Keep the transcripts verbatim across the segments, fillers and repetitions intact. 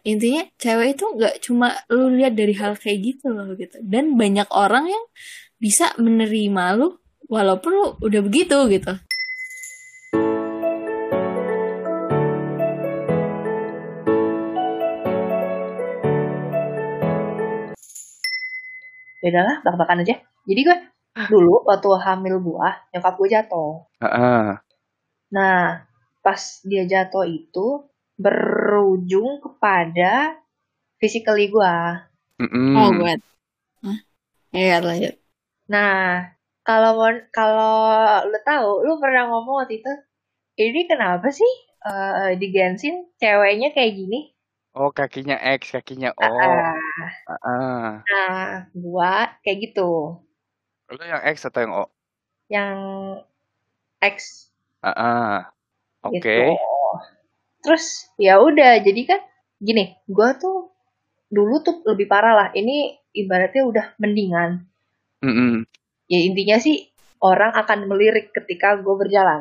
Intinya cewek itu nggak cuma lu lihat dari hal kayak gitu loh gitu. Dan banyak orang yang bisa menerima lu walaupun lu udah begitu gitu. Yaudahlah, bak-bakan aja. Jadi gue dulu waktu hamil gue, nyokap gue jatuh. Heeh. Nah, pas dia jatuh itu berujung kepada physically gue. Oh, Mm-mm. gue. Hah? Ya, lanjut. Nah, kalau mau- kalau lu tahu, lu pernah ngomong waktu itu, ini kenapa sih eh digensin ceweknya kayak gini? Oh, kakinya X, kakinya O. Ah, Heeh. nah, gua kayak gitu, Lu yang X atau yang O? yang X Heeh. Oke. gitu. Terus ya udah, jadi kan gini, gua tuh dulu tuh lebih parah lah. Ini ibaratnya udah mendingan. Mm-mm. Ya intinya sih orang akan melirik ketika gue berjalan.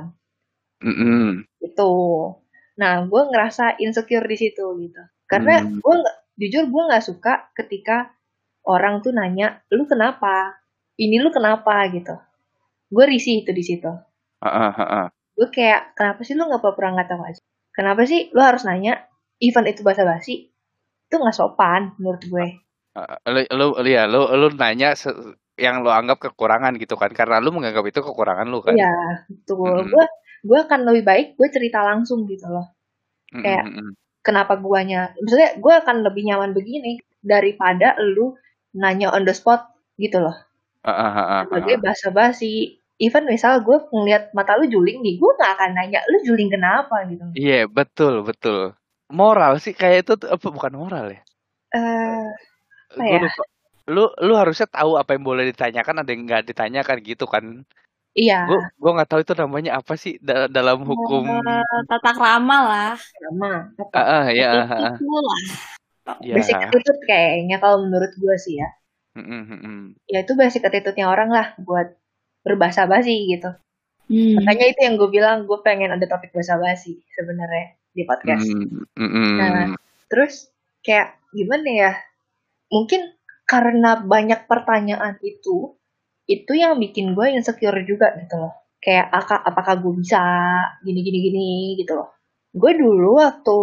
Mm-mm. Itu. Nah, gue ngerasa insecure di situ gitu. Karena Mm. gue nggak, jujur gue nggak suka ketika orang tuh nanya, lu kenapa? Ini lu kenapa gitu. Gue risih itu di situ. Heeh, heeh. Gue kayak, kenapa sih lu nggak pernah nggak tahu aja? Kenapa sih lu harus nanya? Event itu basa-basi, itu nggak sopan menurut gue. Heeh. Lu, lu, lu ya, lu, lu nanya se- yang lu anggap kekurangan gitu kan, karena lu menganggap itu kekurangan lu kan. Iya, betul. Mm-mm. Gue gue akan lebih baik gue cerita langsung gitu loh. Kayak, Mm-mm, mm-mm. kenapa guanya, maksudnya gue akan lebih nyaman begini daripada lu nanya on the spot gitu loh. Heeh, heeh, Sebagai heeh. basa-basi. Even misal gue ngeliat mata lu juling nih, gue gak akan nanya lu juling kenapa gitu. Iya, betul, betul. Moral sih kayak itu tuh apa bukan moral ya? Eh, apa Gue ya? lupa. Lu lu harusnya tahu apa yang boleh ditanyakan, ada yang nggak ditanyakan gitu kan. Gue Iya, gue nggak tahu itu namanya apa sih da- dalam hukum. Eh, tata krama lah. sama apa? Ah, ah, ya, ah, Attitude ah. lu lah. Basic Ya. attitude kayaknya kalau menurut gue sih ya. Mm-mm, mm-mm. Ya itu basic attitude-nya orang lah buat berbahasa basi gitu. Hmm. Makanya itu yang gue bilang gue pengen ada topik basa basi sebenarnya di podcast. Mm, Nah, mm-mm. terus kayak gimana ya? Mungkin karena banyak pertanyaan itu, itu yang bikin gue insecure juga gitu loh. Kayak apakah, apakah gue bisa gini gini gini gitu loh. Gue dulu waktu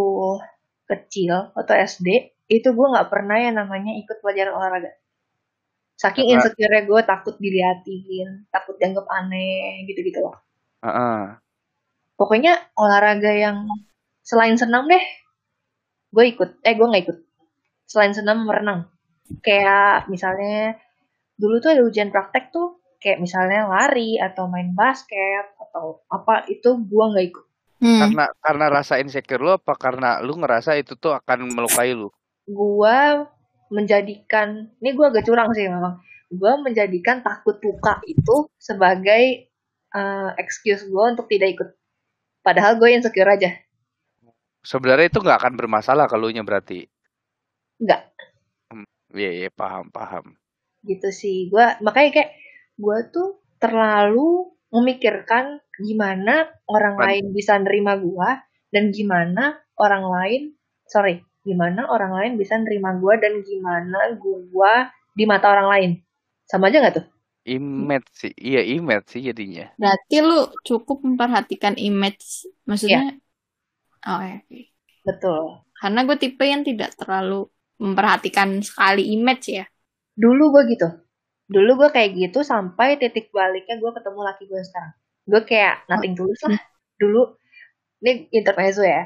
kecil atau S D itu gue nggak pernah yang namanya ikut pelajaran olahraga. Saking Karena insecure gue takut diliatin, takut dianggap aneh gitu-gitu loh. ah, ah. Pokoknya olahraga yang selain senam deh, gue ikut. Eh gue nggak ikut. Selain senam merenang. Kayak misalnya dulu tuh ada ujian praktek tuh, kayak misalnya lari atau main basket atau apa itu gue nggak ikut. Hmm. Karena karena rasa insecure lu apa karena lu ngerasa itu tuh akan melukai lu? Gue menjadikan, ini gue agak curang sih memang, gue menjadikan takut luka itu sebagai uh, excuse gue untuk tidak ikut. Padahal gue insecure aja. Sebenarnya itu nggak akan bermasalah kalau nya berarti. Enggak, Hmm, iya, iya, paham, paham. gitu sih. Gue makanya kayak gue tuh terlalu memikirkan gimana orang Kan lain bisa nerima gue dan gimana orang lain, sorry, gimana orang lain bisa nerima gue dan gimana gue di mata orang lain. Sama aja nggak tuh? image sih. Iya, image sih jadinya. Berarti lu cukup memperhatikan image. Iya, Maksudnya, oh ya. Oke. betul. Karena gue tipe yang tidak terlalu memperhatikan sekali image ya. Dulu gue gitu. Dulu gue kayak gitu sampai titik baliknya gue ketemu laki gue sekarang. Gue kayak Oh, nothing tulus lah. Dulu, ini intermezzo ya.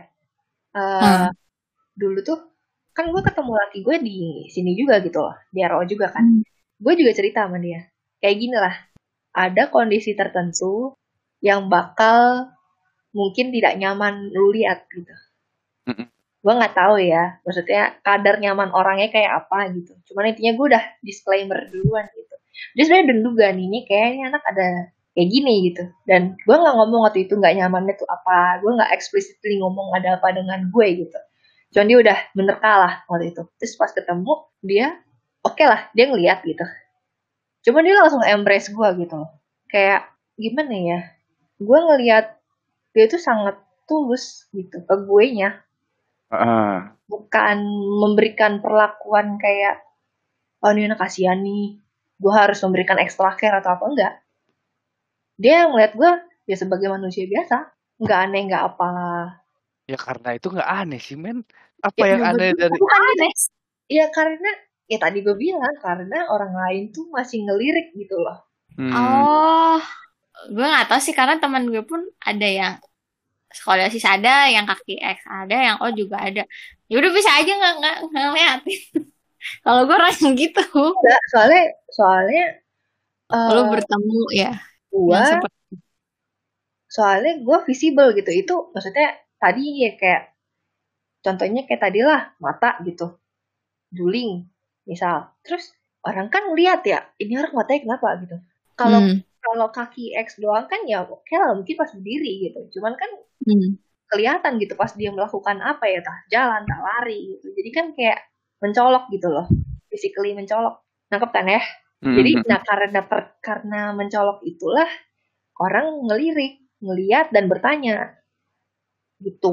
Eh hmm. dulu tuh kan gue ketemu laki gue di sini juga gitu loh, di R O juga kan. Gue juga cerita sama dia. Kayak gini lah, ada kondisi tertentu yang bakal mungkin tidak nyaman lu lihat gitu. Mm-mm. Gue nggak tahu ya, maksudnya kadar nyaman orangnya kayak apa gitu. Cuman intinya gue udah disclaimer duluan gitu. Dia sebenarnya udah nduga nih, ini kayaknya anak ada kayak gini gitu. Dan gue nggak ngomong waktu itu nggak nyamannya tuh apa. Gue nggak explicitly ngomong ada apa dengan gue gitu. Cuman dia udah menerka lah waktu itu. Terus pas ketemu dia, oke okay lah, dia ngeliat gitu. Cuman dia langsung embrace gue gitu loh. Kayak gimana ya? Gue ngeliat dia tuh sangat tulus gitu ke gue nya. Heeh. bukan memberikan perlakuan kayak oh ini anak kasihan nih, gue harus memberikan extra care atau apa, enggak. Dia ngeliat gue ya sebagai manusia biasa, nggak aneh nggak apa. Ya karena itu nggak aneh sih men. Apa Ya, yang ya aneh betul. dari Bukan aneh. Ya karena ya tadi gue bilang karena orang lain tuh masih ngelirik gitu loh. hmm, Oh, gue nggak tahu sih karena teman gue pun ada yang skoliosis ada, yang kaki X ada, yang O juga ada. Ya udah bisa aja nggak nggak nggak ngeliatin. Kalau gue rasanya gitu. Enggak, soalnya soalnya Lo eh bertemu ya gue yang seperti soalnya gue visible gitu. Itu maksudnya tadi ya kayak contohnya kayak tadi lah mata gitu, juling misal. Terus orang kan lihat ya ini orang matanya kenapa gitu. Kalau hmm. kalau kaki X doang kan ya oke lah mungkin pas berdiri gitu. Cuman kan Hmm. kelihatan gitu pas dia melakukan apa ya, tah jalan, tah lari gitu. Jadi kan kayak mencolok gitu loh, physically mencolok. Nangkep kan ya? Jadi hmm, nah karena per, karena mencolok itulah orang ngelirik, ngeliat dan bertanya gitu.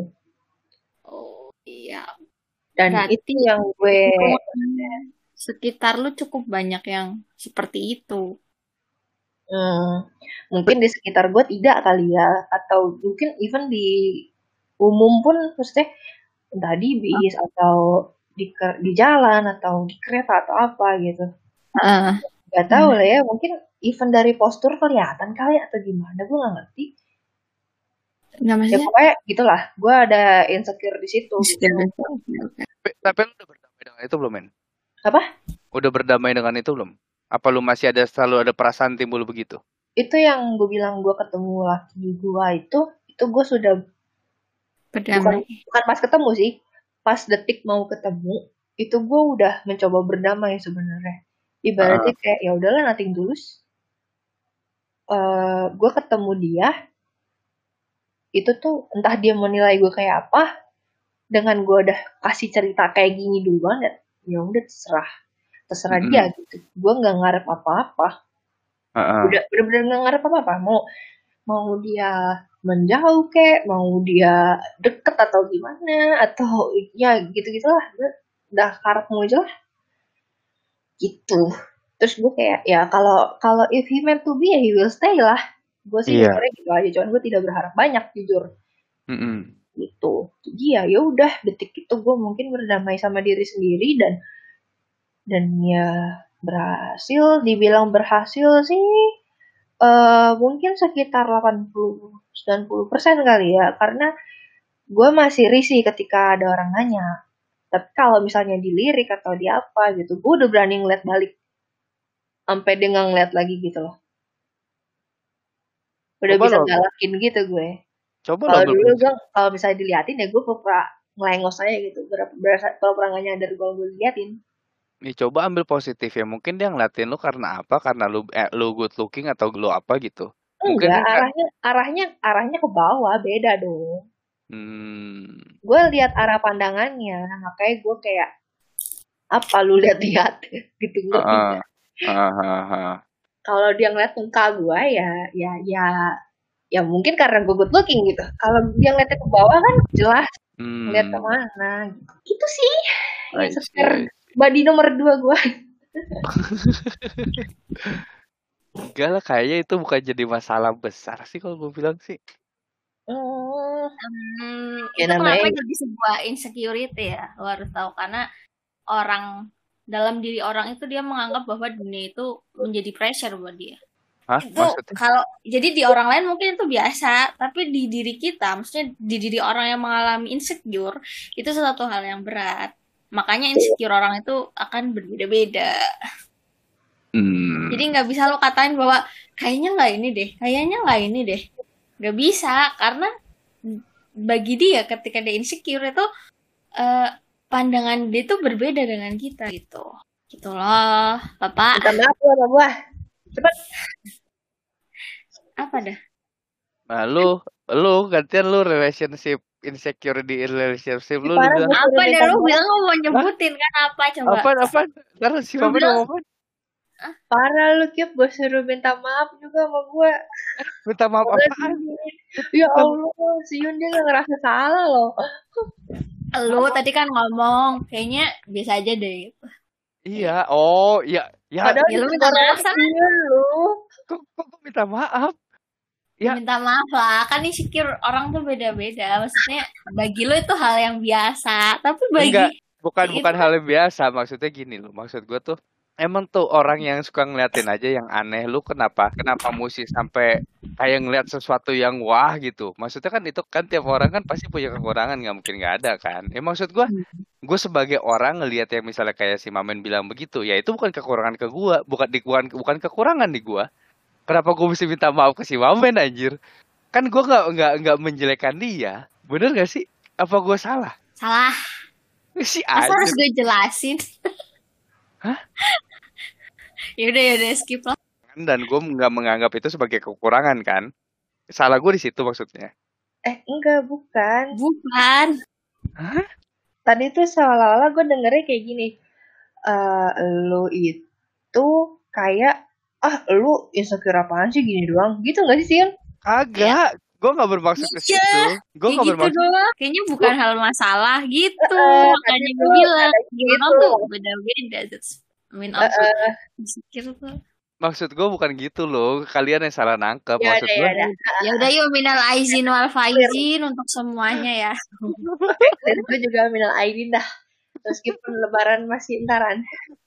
Oh iya, Dan berarti itu yang gue lingkungan sekitar lu cukup banyak yang seperti itu. hmm, mungkin di sekitar gue tidak kali ya, atau mungkin even di umum pun maksudnya entah di bis atau di ker- di jalan atau di kereta atau apa gitu. Uh, Gak tahu lah ya, mungkin even dari postur kelihatan kali atau gimana, gue gak ngerti. nggak Ya maksudnya? pokoknya gitulah, gue ada insecure di situ. Gitu. Tapi, tapi lu udah berdamai dengan itu belum men? Apa? Udah berdamai dengan itu belum? Apa lu masih ada selalu ada perasaan timbul begitu? Itu yang gue bilang gue ketemu laki gue itu, itu gue sudah bukan, Berdamai. bukan pas ketemu sih, pas detik mau ketemu itu gue udah mencoba berdamai sebenarnya. Ibaratnya Uh, kayak ya udahlah nothing tulus. Uh, gue ketemu dia itu tuh entah dia mau nilai gue kayak apa, dengan gue udah kasih cerita kayak gini duluan ya, ya udah terserah terserah mm-mm. dia gitu. Gue nggak ngarep apa-apa, Uh-uh. udah bener-bener nggak ngarep apa-apa. Mau mau dia menjauh kek, mau dia deket atau gimana, atau ya gitu-gitulah. Gue udah karepmu aja lah gitu. Terus gue kayak ya kalau kalau if he meant to be ya he will stay lah. Gue sih Iya. mikirnya gitu aja, cuman gue tidak berharap banyak jujur. Mm-mm. Gitu. Jadi ya ya udah detik itu gue mungkin berdamai sama diri sendiri dan dan ya berhasil. Dibilang berhasil sih uh, mungkin sekitar delapan puluh sembilan puluh persen kali ya, karena gue masih risih ketika ada orang nanya. Tapi kalau misalnya dilirik atau di apa gitu, gue udah berani ngeliat balik sampai dia nggak ngeliat lagi gitu loh. Udah Coba bisa lo, galakin gitu gue. coba lo Kalau ambil dulu posisi. gue kalau misalnya diliatin ya gue pura ngelengos aja gitu. Berapa berasa pura nggak nyadar gue gue liatin. Nih coba ambil positif ya. Mungkin dia ngeliatin lu karena apa? Karena lu eh, lu good looking atau lu apa gitu. Mungkin Enggak, kan nggak- arahnya arahnya arahnya ke bawah, beda dong. hmm, Gue lihat arah pandangannya, makanya gue kayak apa lu lihat-lihat gitu, ngerti uh, nggak? uh, uh, uh. Kalau dia ngeliat muka gue ya ya ya ya mungkin karena gue good looking gitu. Kalau dia ngeliatnya ke bawah kan jelas Hmm. ngeliat kemana gitu. Gitu sih. I see, Insecure I see. body nomor dua gue. Enggak lah, kayaknya itu bukan jadi masalah besar sih kalau gue bilang sih. Hmm, Hmm, ya itu kenapa namanya jadi sebuah insecurity ya? Lo harus tahu karena orang dalam diri orang itu dia menganggap bahwa dunia itu menjadi pressure buat dia. Hah? Itu Maksudnya? kalau jadi di orang lain mungkin itu biasa, tapi di diri kita, maksudnya di diri orang yang mengalami insecure itu sesuatu hal yang berat. Makanya insecure orang itu akan berbeda-beda. Hmm. Jadi nggak bisa lo katain bahwa kayaknya nggak ini deh, kayaknya nggak ini deh, nggak bisa karena bagi dia ketika dia insecure itu uh, pandangan dia itu berbeda dengan kita gitu. Gitu loh, Bapak. minta maaf ya sama gue. Cepet. Apa dah? Nah, lu, lu gantian lu relationship insecure di relationship lu, lu Parah, bilang gue Apa suruh dah minta lu maaf. bilang lo mau nyebutin kan apa coba? apa apa? Ntar si Lu Mama bilang- ngomong Parah lu Kip, gue suruh minta maaf juga sama gue. minta maaf apaan? Ya Allah, si Yun dia gak ngerasa salah loh. Lu tadi kan ngomong kayaknya biasa aja deh gitu. Iya, oh iya, ya. Padahal Ya lu itu minta orang maaf sana. kecil lu. Kok, kok, kok minta maaf? Ya Ya, minta maaf lah, kan insecure orang tuh beda-beda. Maksudnya bagi lu itu hal yang biasa, tapi bagi enggak, bukan si bukan itu hal yang biasa. Maksudnya gini loh, maksud gue tuh emang tuh orang yang suka ngeliatin aja yang aneh. Lu kenapa? Kenapa mesti sampai kayak ngeliat sesuatu yang wah gitu? Maksudnya kan itu kan tiap orang kan pasti punya kekurangan, nggak mungkin nggak ada kan? Ya maksud gue, gue sebagai orang ngelihat yang misalnya kayak si Mamen bilang begitu, ya itu bukan kekurangan ke gue, bukan di bukan, bukan kekurangan di gue. Kenapa gue mesti minta maaf ke si Mamen anjir? Kan gue nggak nggak nggak menjelekkan dia, bener gak sih? Apa gue salah? salah. Si Masa harus anjir. gue jelasin? Hah? Yaudah yaudah skip lah. Dan gue nggak menganggap itu sebagai kekurangan kan? Salah gue di situ maksudnya. Eh enggak, bukan. Bukan. Hah? Tadi tuh seolah-olah gue dengernya kayak gini. Eh lu itu kayak ah lu insecure apaan sih gini doang. Gitu gak sih, Sil? Kagak, gue nggak bermaksud ke Iya, situ. Gue kayak nggak gitu bermaksud. doang. Kayaknya bukan hal masalah gitu. Eh, Makanya tadi gue tuh bilang ada orang gitu. tuh beda-beda. That's I mean Eh, also eh, insecure tuh. Maksud gue bukan gitu loh. Kalian yang salah nangkep. ya Maksud udah, gue. ya udah. Ya udah yuk minal aizin wal faizin untuk semuanya ya. Dan gue juga minal aidin dah. Meskipun lebaran masih entaran.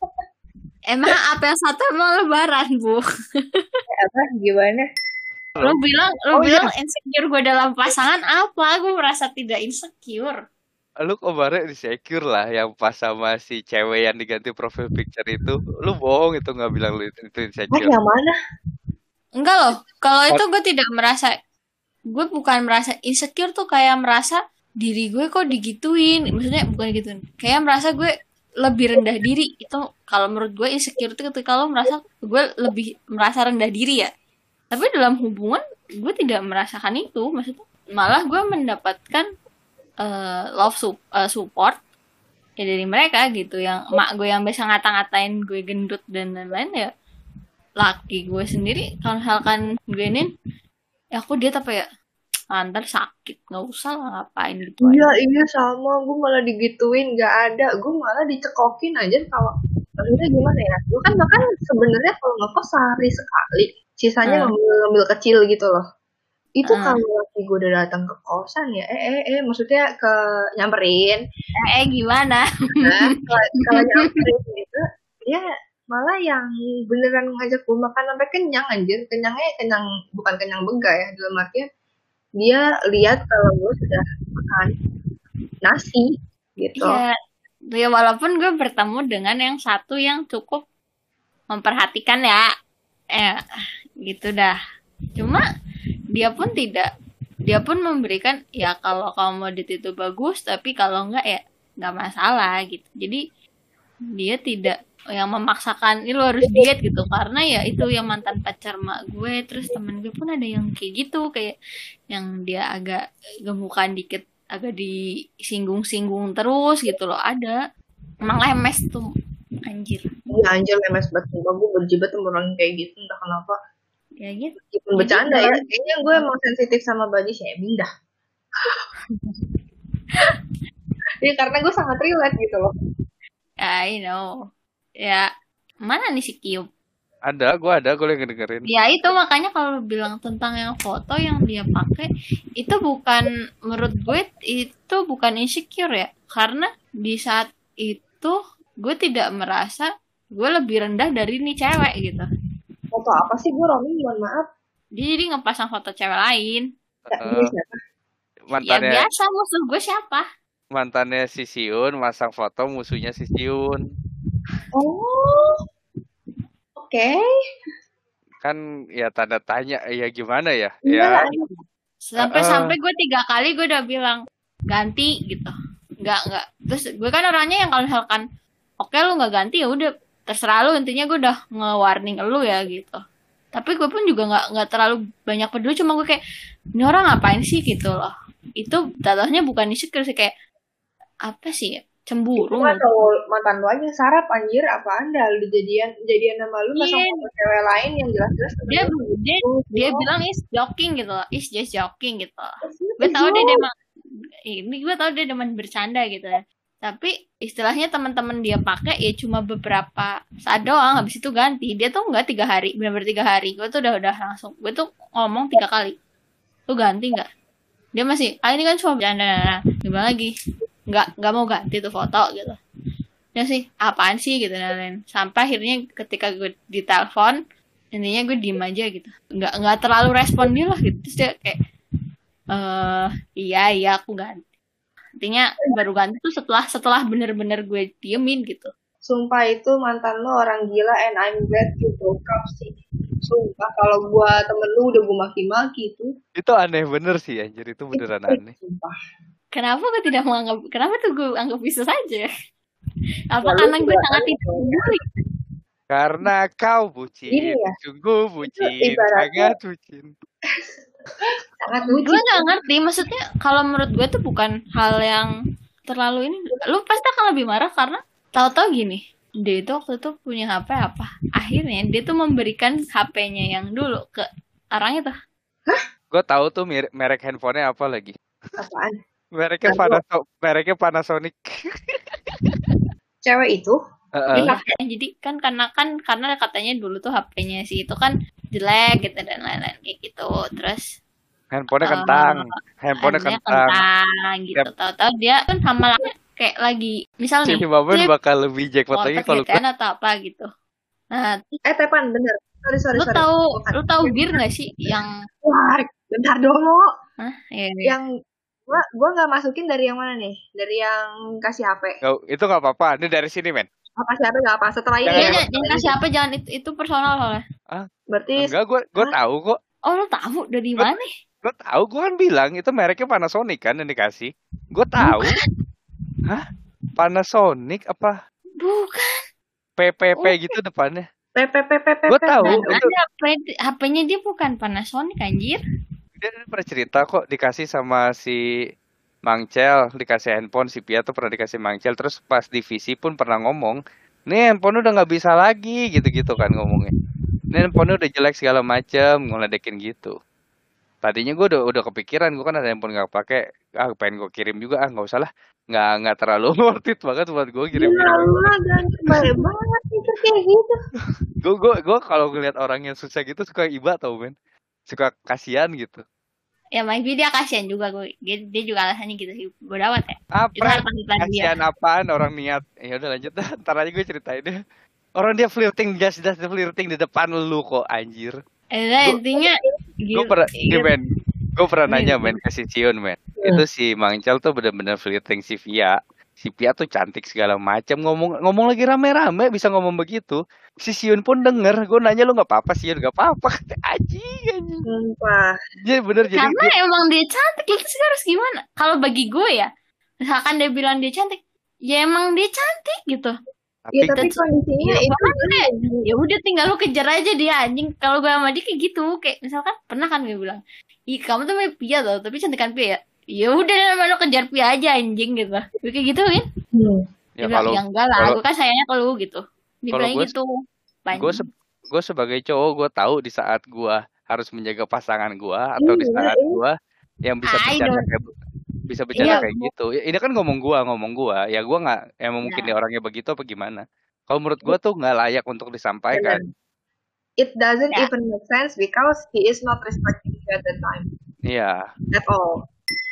Emang apa yang satu emang lebaran, Bu? Eh, apa gimana? Lo bilang lo Oh, iya. bilang insecure gue dalam pasangan apa? Gue merasa tidak insecure. Lu kemarin insecure lah yang pas sama si cewek yang diganti profile picture itu. Lu bohong itu nggak bilang lu itu, itu Ah, insecure. yang mana? Enggak loh. Kalau itu gue tidak merasa, gue bukan merasa insecure tuh kayak merasa diri gue kok digituin. Maksudnya bukan gituin. Kayak merasa gue lebih rendah diri. Itu kalau menurut gue insecure itu ketika lo merasa gue lebih merasa rendah diri ya. Tapi dalam hubungan gue tidak merasakan itu. Maksudnya malah gue mendapatkan uh, love su- uh, support ya dari mereka gitu. Yang emak gue yang biasa ngata-ngatain gue gendut dan lain-lain ya. Laki gue sendiri kalau misalkan gue ini ya aku diet apa ya antar sakit nggak usah lah ngapain gitu Iya, aja. iya sama. Gue malah digituin, gak ada. Gue malah dicekokin aja kalau maksudnya gimana ya? Gue kan bahkan sebenarnya kalau ngekos sehari sekali, sisanya Hmm. ngambil-ngambil kecil gitu loh. Itu Hmm. kalau laki gue udah datang ke kosan ya, eh eh eh, maksudnya ke nyamperin. Eh, eh gimana? Nah, kalau kalau nyamperin gitu, ya malah yang beneran ngajak gue makan sampai kenyang anjir. Kenyangnya kenyang bukan kenyang bega ya, dalam artian dia lihat kalau gue sudah makan nasi gitu. Iya, ya walaupun gue bertemu dengan yang satu yang cukup memperhatikan ya, eh gitu dah. Cuma dia pun tidak, dia pun memberikan ya kalau kamu mau diet itu bagus, tapi kalau enggak ya nggak masalah gitu. Jadi dia tidak yang memaksakan ini lo harus diet gitu karena ya itu yang mantan pacar mak gue, terus temen gue pun ada yang kayak gitu, kayak yang dia agak gemukan dikit, agak disinggung-singgung terus gitu loh, ada. Emang lemes tuh anjir Iya anjir lemes banget. Sumpah gue berjibat sama orang kayak gitu. Entah kenapa. ya gitu. Meskipun bercanda ya. Kayaknya gue emang sensitif sama body shaming dah. Ya karena gue sangat relate gitu loh. I know ya. Mana nih si Kiup? Ada, gue ada, gue lagi dengerin. Ya itu makanya kalau bilang tentang yang foto yang dia pakai itu bukan, menurut gue itu bukan insecure ya, karena di saat itu gue tidak merasa gue lebih rendah dari nih cewek gitu. Foto apa sih gue Romi? Mohon maaf. Dia jadi ngepasang foto cewek lain. Gak Eh, dia siapa? Ya mantannya biasa, musuh gue siapa? mantannya si Siun masang foto musuhnya si Siun. Oh. Oke. Kan ya tanda tanya ya gimana ya? Iya Ya lah. Sampai-sampai gue tiga kali gue udah bilang ganti gitu. Nggak nggak. Terus gue kan orangnya yang kalau misalkan oke lu nggak ganti ya udah terserah lu, intinya gue udah nge-warning lu ya gitu. Tapi gue pun juga nggak nggak terlalu banyak peduli, cuma gue kayak ini orang ngapain sih gitu loh. Itu datanya bukan insecure sih, kayak apa sih ya, cemburu. Cuma kalau mantan lu aja sarap anjir apa anda lu jadian jadian sama lu masang Iya. foto cewek lain yang jelas-jelas Dia dia dia bilang is joking gitu loh, is just joking gitu loh. Gue tahu dia dia emang ini gue tau dia demen bercanda gitu ya. Tapi istilahnya teman-teman dia pakai ya cuma beberapa saat doang, habis itu ganti. Dia tuh nggak tiga hari, benar-benar tiga hari. Gue tuh udah udah langsung, gue tuh ngomong tiga kali, lu ganti nggak? Dia masih, ah ini kan cuma bercanda. Nah, gimana lagi? Nggak nggak mau ganti tuh foto gitu. Dia sih apaan sih gitu dan sampai akhirnya ketika gue ditelepon, intinya gue diem aja gitu, nggak nggak terlalu respon dia lah gitu. Terus dia kayak, eh iya iya aku ganti. Intinya baru ganti tuh setelah setelah bener-bener gue diemin gitu. Sumpah itu mantan lo orang gila and I'm glad you broke up sih. Sumpah kalau gua temen lu udah gua maki-maki itu. Itu aneh bener sih anjir, itu beneran aneh. Sumpah. Kenapa gue tidak menganggap, kenapa tuh gue anggap bisa saja? Apa karena gue sangat tidak peduli? Karena kau bucin, ya? sungguh bucin, sangat bucin. Sangat bucin. Gue nggak ngerti, maksudnya kalau menurut gue tuh bukan hal yang terlalu ini. Lu pasti akan lebih marah karena tahu-tahu gini, dia itu waktu itu punya H P apa? Akhirnya dia tuh memberikan H P-nya yang dulu ke orang itu. Hah? Gue tahu tuh merek handphonenya apa lagi? Apaan? Mereknya Panasonic. Mereknya Panasonic. Cewek itu? Uh-uh. Iya, jadi kan karena kan karena katanya dulu tuh H P-nya sih itu kan jelek gitu dan lain-lain kayak gitu. Terus handphonenya uh, kentang, handphonenya handphonenya kentang. kentang gitu. Yep. Tahu-tahu dia kan sama laki kayak lagi misalnya Si Baben bakal lebih jackpot lagi kalau gue atau apa gitu. Nah, eh Tepan bener. Sorry sorry lu sorry. tahu Bukan. lu tahu bir nggak sih yang Wah, bentar dulu. Hah? Ya, ya. Yang gua gua nggak masukin dari yang mana nih? Dari yang kasih H P. Oh, itu nggak apa-apa. Ini dari sini, men. Oh, kasih H P nggak apa. Setelah ini. Iya, ya, jangan kasih apa jangan itu, itu personal soalnya. Ah, berarti enggak, gue gue tahu kok. Oh, lu tahu dari Gua, mana? Gue tahu, gue kan bilang itu mereknya Panasonic kan yang dikasih. Gue tahu. Bukan. Hah? Panasonic apa? Bukan. P P P oh. Gitu depannya. P P P P P. Gue tahu. Nah, itu H P-nya dia bukan Panasonic anjir. Dia pernah cerita kok dikasih sama si Mangcel, dikasih handphone, si Pia tuh pernah dikasih Mangcel, terus pas divisi pun pernah ngomong, nih handphone udah nggak bisa lagi, gitu-gitu kan ngomongnya. Nih handphone udah jelek segala macem, ngeledekin gitu. Tadinya gue udah udah kepikiran, gue kan ada handphone nggak pakai, ah pengen gue kirim juga, ah nggak usah lah, nggak nggak terlalu worth it banget buat gue kirim. Ya Allah, dan baik banget itu kayak gitu. Gue gue gue kalau ngeliat orang yang susah gitu suka iba tau men, suka kasihan gitu. Ya maybe dia kasihan juga gue. Dia, dia juga alasannya gitu sih. Bodoh amat ya. Apa? Kasihan apaan orang niat? Ya udah lanjut dah. Ntar aja gue ceritain deh. Orang dia flirting, just just flirting di depan lu kok anjir. Eh gua, intinya gue pernah gitu. men. Gue pernah nanya men ke si Cion men. Hmm. Itu si Mangcel tuh bener-bener flirting si Via. Si Pia tuh cantik segala macam, ngomong ngomong lagi rame-rame bisa ngomong begitu. Si Siun pun denger, gue nanya lu nggak apa-apa Siun, nggak apa-apa, anjing anjing. Sumpah. Jadi bener jadi. Karena dia, emang dia cantik, terus harus gimana? Kalau bagi gue ya, misalkan dia bilang dia cantik, ya emang dia cantik gitu. Iya tapi kondisinya ya, itu ya udah tinggal lu kejar aja dia anjing. Kalau gue sama dia kayak gitu, kayak misalkan pernah kan gue bilang, ih kamu tuh mirip Pia tau, tapi cantikan Pia ya. Ya udah lu kejar Pia aja anjing gitu. Kayak gitu kan? Hmm. Ya dia kalau bilang, ya enggak lah, kalau, gue kan sayangnya ke lu gitu. Dia bilang gitu. Gue se gue sebagai cowok gue tahu di saat gue harus menjaga pasangan gue atau di saat gue yang bisa bercanda kayak bisa bercanda iya, kayak gitu. Ya, ini kan ngomong gue ngomong gue. Ya gue nggak emang mungkin ya. Orangnya begitu apa gimana? Kalau menurut gue tuh nggak layak untuk disampaikan. It doesn't yeah. even make sense because he is not respecting you at that time. Iya. Yeah. At all.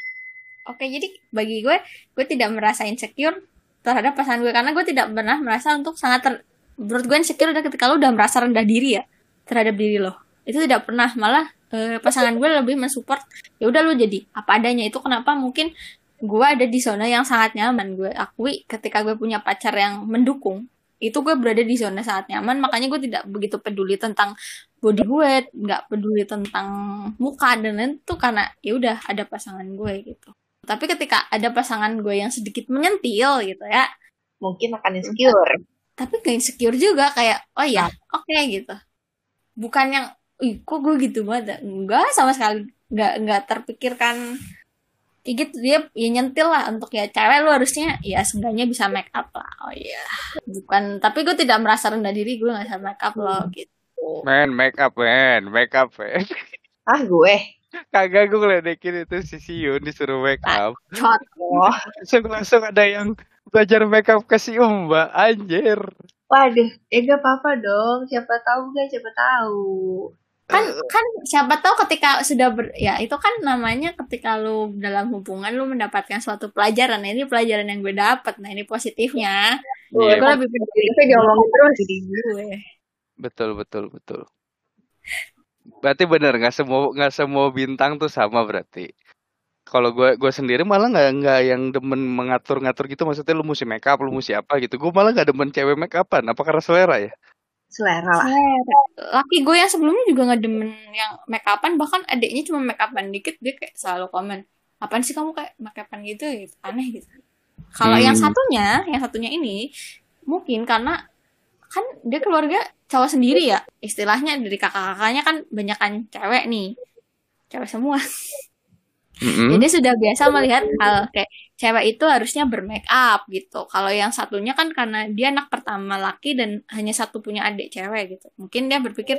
Oke, jadi bagi gue, gue tidak merasa insecure terhadap pasangan gue karena gue tidak pernah merasa untuk sangat ter... menurut gue insecure udah ketika lo udah merasa rendah diri ya terhadap diri lo. Itu tidak pernah, malah eh, pasangan gue lebih mensupport. Ya udah lo jadi apa adanya. Itu kenapa mungkin gue ada di zona yang sangat nyaman. Gue akui ketika gue punya pacar yang mendukung, itu gue berada di zona sangat nyaman. Makanya gue tidak begitu peduli tentang body gue, nggak peduli tentang muka dan lain itu karena ya udah ada pasangan gue gitu. Tapi ketika ada pasangan gue yang sedikit menyentil gitu ya, mungkin akan insecure. Tapi gak insecure juga, kayak oh ya oke okay, gitu. Bukan yang ih kok gue gitu banget. Enggak sama sekali, nggak nggak terpikirkan kayak gitu. Dia ya nyentil lah untuk ya cewek lu harusnya ya seenggaknya bisa make up lah. Oh iya. Bukan, tapi gue tidak merasa rendah diri gue nggak bisa make up loh gitu. Man make up man make up man. Ah gue Kagak, gue ngeledekin itu si Siun disuruh make up. Bacot. Oh, Langsung langsung ada yang belajar make up ke si Mbak, anjir. waduh, eh gak apa-apa dong. Siapa tahu kan, siapa tahu. Kan kan siapa tahu ketika sudah ber, ya itu kan namanya ketika lu dalam hubungan lu mendapatkan suatu pelajaran. Nah, ini pelajaran yang gue dapat. Nah, ini positifnya. Gue Iya, Gue lebih peduli Itu diomongin terus. diri gue. betul betul betul. Berarti bener nggak semua nggak semua bintang tuh sama berarti. Kalau gue gue sendiri malah nggak nggak yang demen mengatur-ngatur gitu, maksudnya lu mesti make up, lu mesti apa gitu. Gue malah nggak demen cewek make upan. Apa karena selera ya? Selera lah. Selera. Laki gue yang sebelumnya juga nggak demen yang make upan, bahkan adiknya cuma make upan dikit dia kayak selalu komen, apaan sih kamu kayak make upan gitu, gitu aneh gitu. Kalau Hmm. yang satunya, yang satunya ini mungkin karena kan dia keluarga cowok sendiri ya, istilahnya dari kakak-kakaknya kan banyakan cewek nih, cewek semua. Mm-mm. Jadi sudah biasa melihat hal kayak cewek itu harusnya bermake up gitu. Kalau yang satunya kan karena dia anak pertama laki dan hanya satu punya adik cewek gitu. Mungkin dia berpikir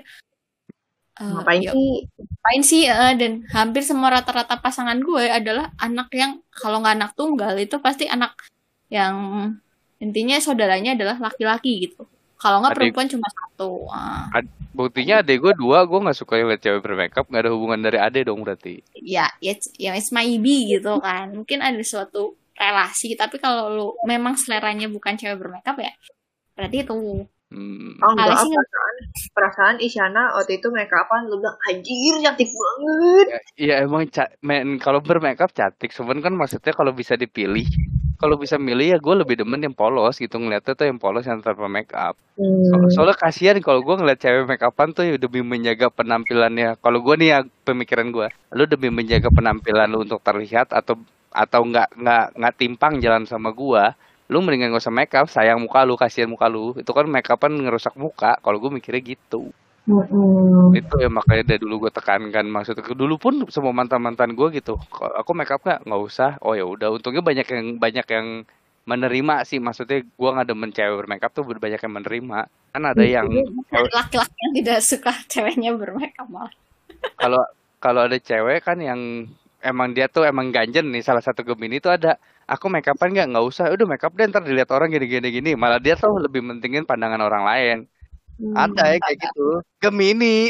eh, Ngapain ya sih? ngapain sih eh, dan hampir semua rata-rata pasangan gue adalah anak yang kalau nggak anak tunggal itu pasti anak yang intinya saudaranya adalah laki-laki gitu. Kalau nggak Adik, perempuan cuma satu. Ah, ad- buktinya adek gue dua, gue nggak suka lihat cewek bermakeup, nggak ada hubungan dari adek dong berarti. ya, ya, ya it's my baby gitu kan. Mungkin ada suatu relasi, tapi kalau lu memang seleranya bukan cewek bermakeup ya, berarti itu. Hmm. Oh enggak, Kalau sih nggak- perasaan, perasaan Isyana waktu itu make upan lu bilang anjir cantik banget. Ya, ya emang ca- men kalau bermakeup cantik, sebenarnya kan maksudnya kalau bisa dipilih, kalau bisa milih ya gue lebih demen yang polos gitu, ngeliatnya tuh yang polos yang tanpa make up. So- Hmm. soalnya kasihan kalau gue ngeliat cewek make upan tuh ya demi menjaga penampilannya. Kalau gue nih ya pemikiran gue, lu demi menjaga penampilan lu untuk terlihat atau atau nggak nggak nggak timpang jalan sama gue, lu mendingan gak usah make up, sayang muka lu, kasihan muka lu. Itu kan make upan ngerusak muka. Kalau gue mikirnya gitu. Hmm. Itu ya makanya dari dulu gue tekankan, maksudnya dulu pun semua mantan mantan gue gitu, "Kok aku make up nggak nggak usah." Oh ya udah, untungnya banyak yang banyak yang menerima sih, maksudnya gue nggak demen cewek bermake up tuh banyak yang menerima. Kan ada yang cewek- laki-laki yang tidak suka ceweknya bermakeup malah. kalau kalau ada cewek kan yang emang dia tuh emang ganjen nih, salah satu Gemini tuh ada, aku make upan nggak nggak usah, udah make up deh ntar dilihat orang gini gini gini, malah dia tuh lebih mentingin pandangan orang lain. Ada ya kayak gitu Gemini.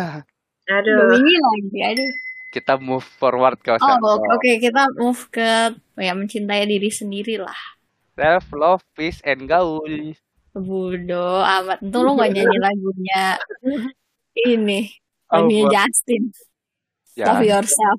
Aduh. Gemini lagi, aduh. Kita move forward ke Oh, self oke kita move ke ya mencintai diri sendiri lah. self love, peace and gaul. Bodoh amat. Untung lu gak nyanyi lagunya ini. Oh, Lagunya gua- Justin. Ya, Love yourself.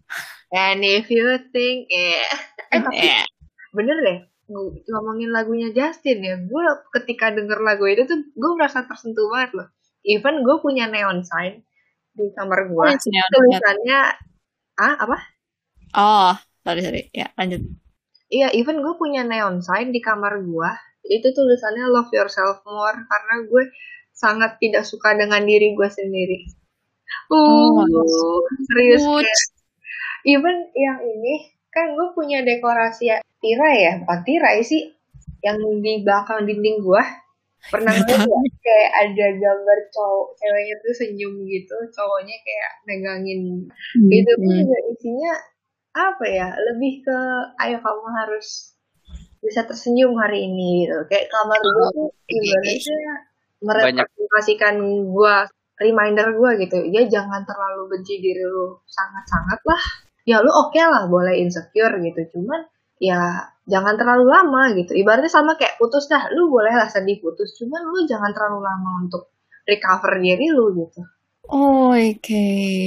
And if you think eh eh tapi Eh, bener deh ng- ngomongin lagunya Justin ya, gue ketika denger lagu itu tuh gue merasa tersentuh banget loh. Even gue punya neon sign di kamar gue, oh, sini, tulisannya ah apa? oh, sorry sorry. Ya lanjut. Iya, even gue punya neon sign di kamar gue, itu tulisannya love yourself more karena gue sangat tidak suka dengan diri gue sendiri. Uh, Oh, serius Good. kayak even yang ini kan gue punya dekorasi ya, tirai ya, bukan tirai sih, yang di belakang dinding gue pernah ngeliat nggak? Kayak ada gambar cowok ceweknya tuh senyum gitu, cowoknya kayak megangin itu pun juga isinya apa ya, lebih ke ayo kamu harus bisa tersenyum hari ini gitu. Kayak kamar gue tuh ibaratnya merepresentasikan gue, reminder gue gitu, ya jangan terlalu benci diri lu sangat-sangat lah, ya lu oke okay lah boleh insecure gitu, cuman ya jangan terlalu lama gitu. Ibaratnya sama kayak putus dah, lu boleh lah sedih putus, cuman lu jangan terlalu lama untuk recover diri lu gitu. Oh, oke.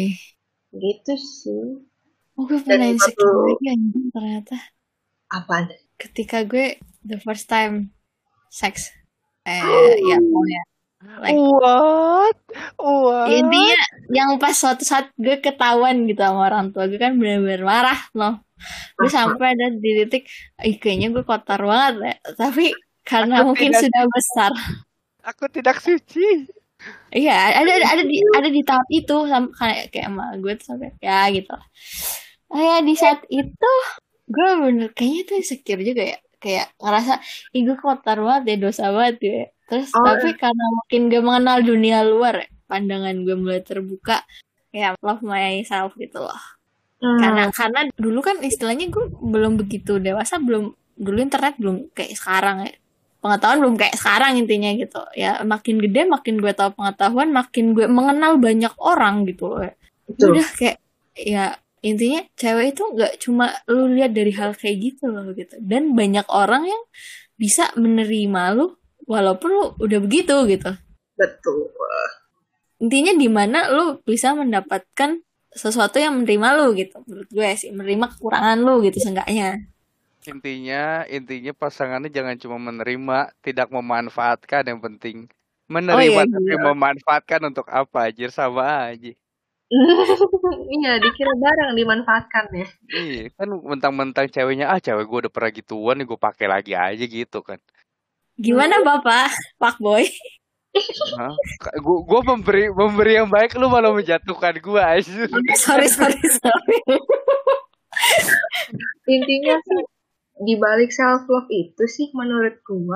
Gitu sih. Oh, gue Dan pernah satu- insecure lagi anjing ternyata. Apaan? Ketika gue the first time sex. Eh, ya pokoknya. Like, What? What? intinya yang pas suatu saat gue ketahuan gitu sama orang tua gue kan bener-bener marah loh. Gue sampai ada di titik, ih kayaknya gue kotor banget ya. Tapi karena Aku mungkin tidak- sudah besar. Aku tidak suci. Iya, ada ada ada di ada di tahap itu sampai kayak kayak emak gue tuh sampai ya gitu lah. Oh ya di saat itu gue bener kayaknya tuh insecure juga ya, kayak ngerasa ih gue kotor banget ya, dosa banget ya. Terus Oh. tapi karena mungkin gue mengenal dunia luar ya, pandangan gue mulai terbuka, ya love myself gitu loh. Hmm. Karena karena dulu kan istilahnya gue belum begitu dewasa, belum dulu internet belum kayak sekarang ya. Pengetahuan belum kayak sekarang intinya gitu. Ya makin gede makin gue tahu pengetahuan, makin gue mengenal banyak orang gitu loh. Betul. Udah kayak ya intinya cewek itu nggak cuma lu lihat dari hal kayak gitu loh gitu. Dan banyak orang yang bisa menerima lu walaupun lu udah begitu gitu. Betul. Intinya di mana lu bisa mendapatkan sesuatu yang menerima lu gitu. Menurut gue sih menerima kekurangan lu gitu seenggaknya. Intinya, intinya pasangannya jangan cuma menerima, tidak memanfaatkan yang penting. Oh Menerima iya tapi gila. memanfaatkan untuk apa anjir, sama aja. Iya, dikira barang dimanfaatkan ya. Iya, kan mentang-mentang ceweknya ah cewek gue udah pernah gituan nih gue pakai lagi aja gitu kan. Gimana Bapak? Pak Boy? Hah? Gue gue memberi memberi yang baik, lu malah menjatuhkan gue aja. sorry sorry sorry. Intinya sih di balik self love itu sih menurut gua,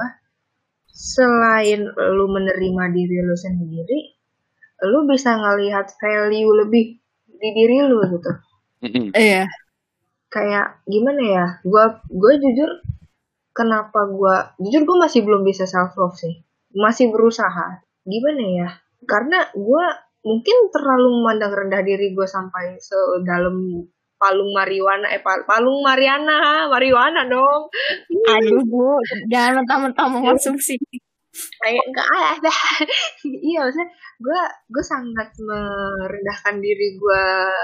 selain lu menerima diri lu sendiri, lu bisa ngelihat value lebih di diri lu gitu. Iya. Kayak gimana ya? Gua gua jujur kenapa gua jujur gua masih belum bisa self love sih. Masih berusaha. Gimana ya? Karena gua mungkin terlalu memandang rendah diri gua sampai sedalam palung marijuana eh pal- palung Mariana marijuana dong. Aduh Bu, jangan mentang-mentang mengkonsumsi. Kayak enggak ada. Iya, maksudnya gue gue sangat merendahkan diri gue,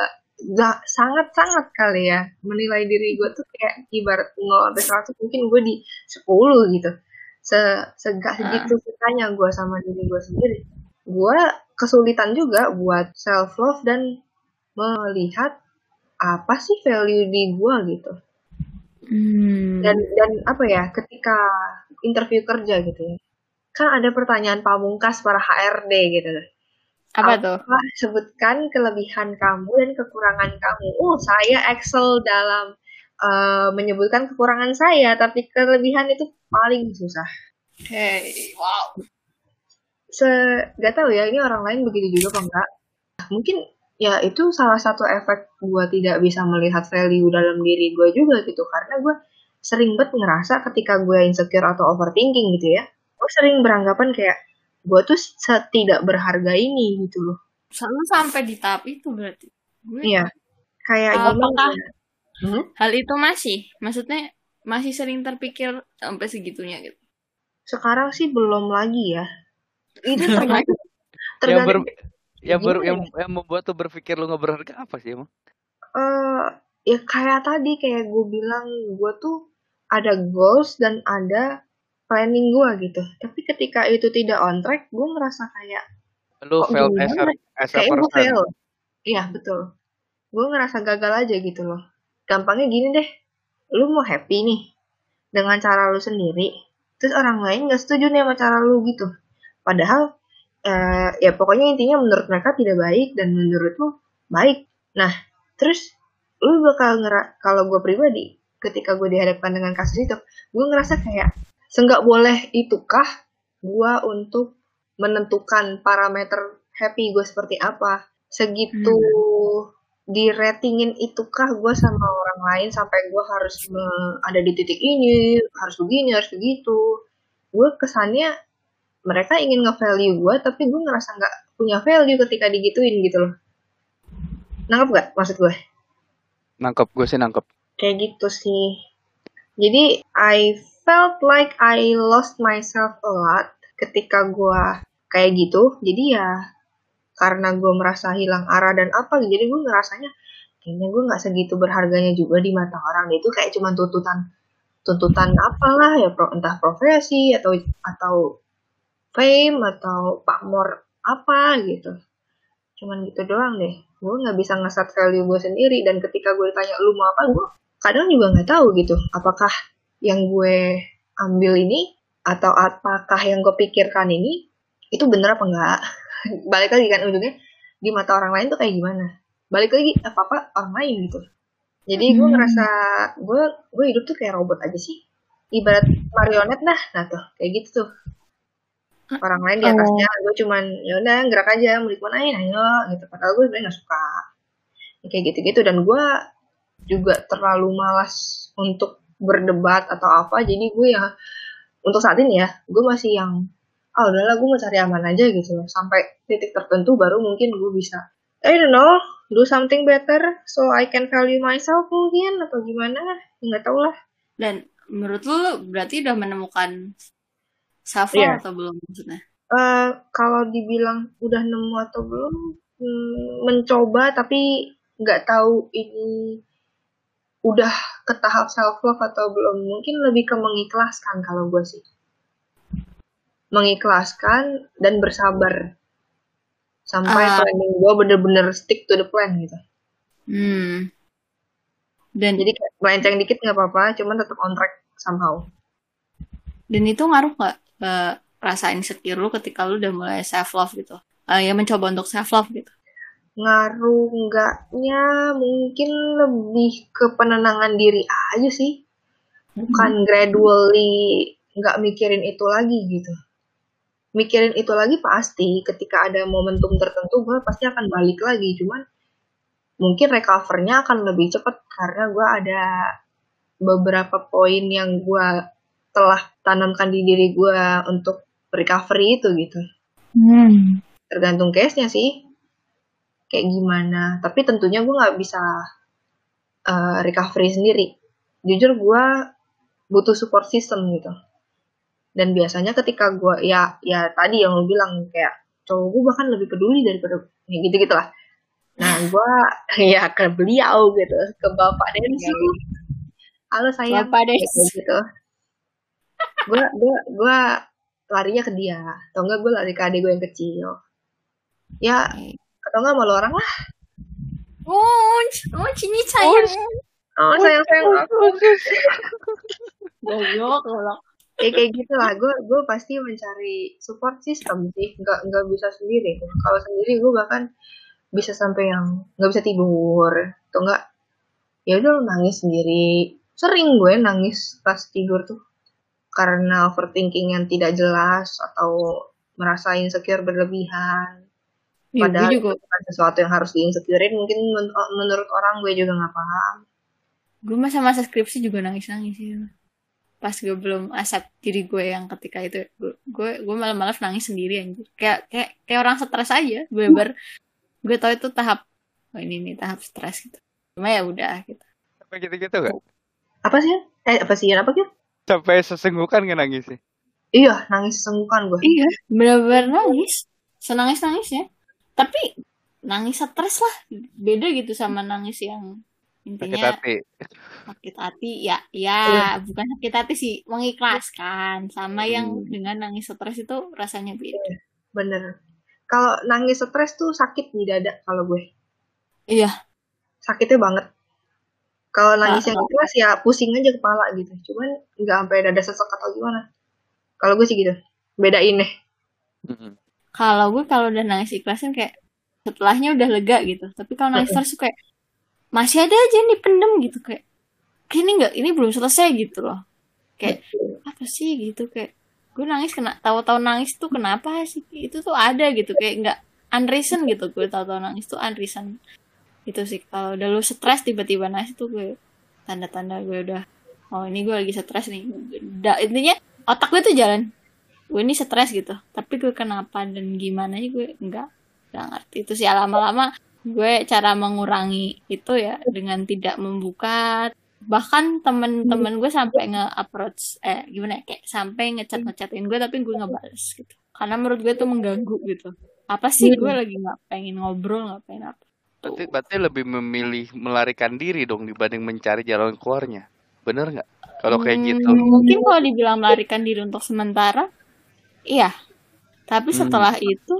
sangat sangat kali ya, menilai diri gue tuh kayak ibarat nol sampai seratus mungkin gue di sepuluh gitu. Se segak segitu sukanya gue sama diri gue sendiri. Gue kesulitan juga buat self love dan melihat apa sih value di gue gitu. Hmm. Dan dan apa ya, ketika interview kerja gitu ya, kan ada pertanyaan pamungkas para H R D gitu. Apa tuh? Sebutkan kelebihan kamu dan kekurangan kamu. Oh, saya excel dalam uh, menyebutkan kekurangan saya, tapi kelebihan itu paling susah. Hey, wow. Se gak tahu ya, ini orang lain begitu juga apa enggak. Mungkin ya itu salah satu efek gue tidak bisa melihat value dalam diri gue juga gitu. Karena gue sering banget ngerasa ketika gue insecure atau overthinking gitu ya, gue sering beranggapan kayak gue tuh setidak berharga ini gitu loh. Sama sampai di tahap itu berarti. Gue iya. Kayak uh, gimana? Apakah ya? hmm? hal itu masih, maksudnya masih sering terpikir sampai segitunya gitu? Sekarang sih belum lagi ya. Itu tergantung. yang ber, yang, ber, yang, yang membuat tuh berpikir lu nggak berharga apa sih emang? Uh, ya kayak tadi kayak gue bilang, gue tuh ada goals dan ada planning gue gitu. Tapi ketika itu tidak on track, gue ngerasa kayak lu fail as a, as a kayak gue person. fail. Iya betul. Gue ngerasa gagal aja gitu loh. Gampangnya gini deh, lu mau happy nih dengan cara lu sendiri, terus orang lain gak setuju nih sama cara lu gitu. Padahal eh, ya pokoknya intinya menurut mereka tidak baik dan menurut lu baik. Nah terus lu bakal ngera kalau gue pribadi ketika gue dihadapkan dengan kasus itu, gue ngerasa kayak seenggak boleh itukah gue untuk menentukan parameter happy gue seperti apa, segitu hmm. di ratingin itukah gue sama orang lain sampai gue harus me- ada di titik ini, harus begini, harus begitu. Gue kesannya mereka ingin nge-value gue, tapi gue ngerasa nggak punya value ketika digituin gitu loh. Nangkep gak maksud gue? Nangkep, gue sih nangkep. Kayak gitu sih. Jadi I felt like I lost myself a lot ketika gue kayak gitu. Jadi ya karena gue merasa hilang arah dan apa, jadi gue ngerasanya kayaknya gue nggak segitu berharganya juga di mata orang. Itu kayak cuma tuntutan tuntutan apalah ya, entah profesi atau atau fame atau pamor apa gitu. Cuman gitu doang deh. Gue nggak bisa ngeset value gue sendiri, dan ketika gue ditanya lu mau apa, gue kadang juga nggak tahu gitu. Apakah yang gue ambil ini atau apakah yang gue pikirkan ini itu bener apa enggak? Balik lagi kan ujungnya di mata orang lain tuh kayak gimana? Balik lagi apa apa orang lain gitu. Jadi gue hmm. ngerasa gue gue hidup tuh kayak robot aja sih. Ibarat marionet dah, nah tuh kayak gitu tuh. orang lain di atasnya, oh. gue cuman ya udah gerak aja, mau dikemanain ayo gitu, padahal gue sebenarnya nggak suka kayak gitu-gitu. Dan gue juga terlalu malas untuk berdebat atau apa, jadi gue ya untuk saat ini ya gue masih yang ah udahlah gue mau cari aman aja gitu loh, sampai titik tertentu baru mungkin gue bisa I don't know do something better so I can value myself mungkin, atau gimana nggak tahu lah. Dan menurut lu berarti udah menemukan self love yeah. atau belum maksudnya? Uh, kalau dibilang udah nemu atau belum, hmm, mencoba tapi nggak tahu ini udah ke tahap self love atau belum. Mungkin lebih ke mengikhlaskan kalau gue sih, mengikhlaskan dan bersabar sampai uh. planning gue bener-bener stick to the plan gitu. Hmm. Dan jadi melenceng dikit nggak apa-apa, cuman tetap on track somehow. Dan itu ngaruh nggak ke rasa insecure lu ketika lu udah mulai self love gitu? Uh, ya mencoba untuk self love gitu. Ngaruh enggaknya mungkin lebih ke penenangan diri aja sih, bukan hmm. gradually nggak mikirin itu lagi gitu. Mikirin itu lagi pasti ketika ada momentum tertentu gue pasti akan balik lagi, cuman mungkin recovernya akan lebih cepat karena gue ada beberapa poin yang gue telah tanamkan di diri gue untuk recovery itu gitu. Hmm. Tergantung case-nya sih kayak gimana, tapi tentunya gue nggak bisa uh, recovery sendiri. Jujur gue butuh support system gitu. Dan biasanya ketika gue ya ya tadi yang lo bilang kayak cowok gue bahkan lebih peduli daripada ya gitu gitulah. Nah gue ya ke beliau gitu, ke bapak Densu. Halo sayang. Bapak Densu. Gitu. Gue gue gue larinya ke dia, atau enggak gue lari ke adik gue yang kecil. Ya atau enggak malu orang lah. Oh, oh Cini sayang. Oh sayang sayang aku. Goblok goblok. Ya kayak gitulah, gue gue pasti mencari support system sih, nggak nggak bisa sendiri. Kalau sendiri gue bahkan bisa sampai yang nggak bisa tidur, atau enggak ya udah nangis sendiri. Sering gue nangis pas tidur tuh karena overthinking yang tidak jelas atau merasa insecure berlebihan. Padahal ya, itu bukan sesuatu yang harus di-insecurein, mungkin men- menurut orang gue juga nggak paham. Gue masa-masa skripsi juga nangis-nangis sih. Pas gue belum accept diri gue yang ketika itu gue gue, gue malah-malah nangis sendiri anjir. Kayak kayak kayak orang stres aja. Gue ber gue tau itu tahap oh ini nih tahap stres gitu. Cuma ya udah gitu. Sampai gitu-gitu gak? Apa sih? Eh apa sih? Apa sih? Sampai sesenggukan gak nangis sih? Iya, nangis sesenggukan gue. Iya, benar-benar nangis. Senangis-nangisnya. Tapi nangis stres lah. Beda gitu sama nangis yang intinya sakit hati. Sakit hati ya, ya yeah. Bukan sakit hati sih, mengikhlaskan. Sama hmm. yang dengan nangis stres itu rasanya beda. Bener. Kalau nangis stres tuh sakit di dada kalau gue. Iya. Sakitnya banget. Kalau nangis yang ikhlas ya pusing aja kepala gitu. Cuman nggak sampai dada sesek atau gimana. Kalau gue sih gitu. Bedain deh. Mm-hmm. Kalau gue kalau udah nangis ikhlasin kayak setelahnya udah lega gitu. Tapi kalau nangis stres kayak masih ada aja nih pendem gitu kayak ini nggak ini belum selesai gitu loh. Kayak apa sih gitu kayak gue nangis kena tahu-tahu nangis tuh kenapa sih itu tuh ada gitu kayak nggak unreason gitu gue tahu-tahu nangis tuh unreason itu sih. Kalau udah lu stres tiba-tiba nangis tuh gue tanda-tanda gue udah oh ini gue lagi stres nih. Udah, intinya otak gue tuh jalan gue ini stres gitu tapi gue kenapa dan gimana sih gue nggak nggak ngerti. Itu sih lama-lama gue cara mengurangi itu ya dengan tidak membuka. Bahkan temen-temen gue sampai nge-approach eh gimana ya kayak sampai ngechat-ngechatin gue tapi gue nggak balas gitu karena menurut gue tuh mengganggu gitu. Apa sih gue lagi nggak pengen ngobrol nggak pengen apa. Berarti, berarti lebih memilih melarikan diri dong dibanding mencari jalan keluarnya. Bener nggak kalau kayak hmm, gitu? Mungkin kalau dibilang melarikan diri untuk sementara iya, tapi setelah hmm. itu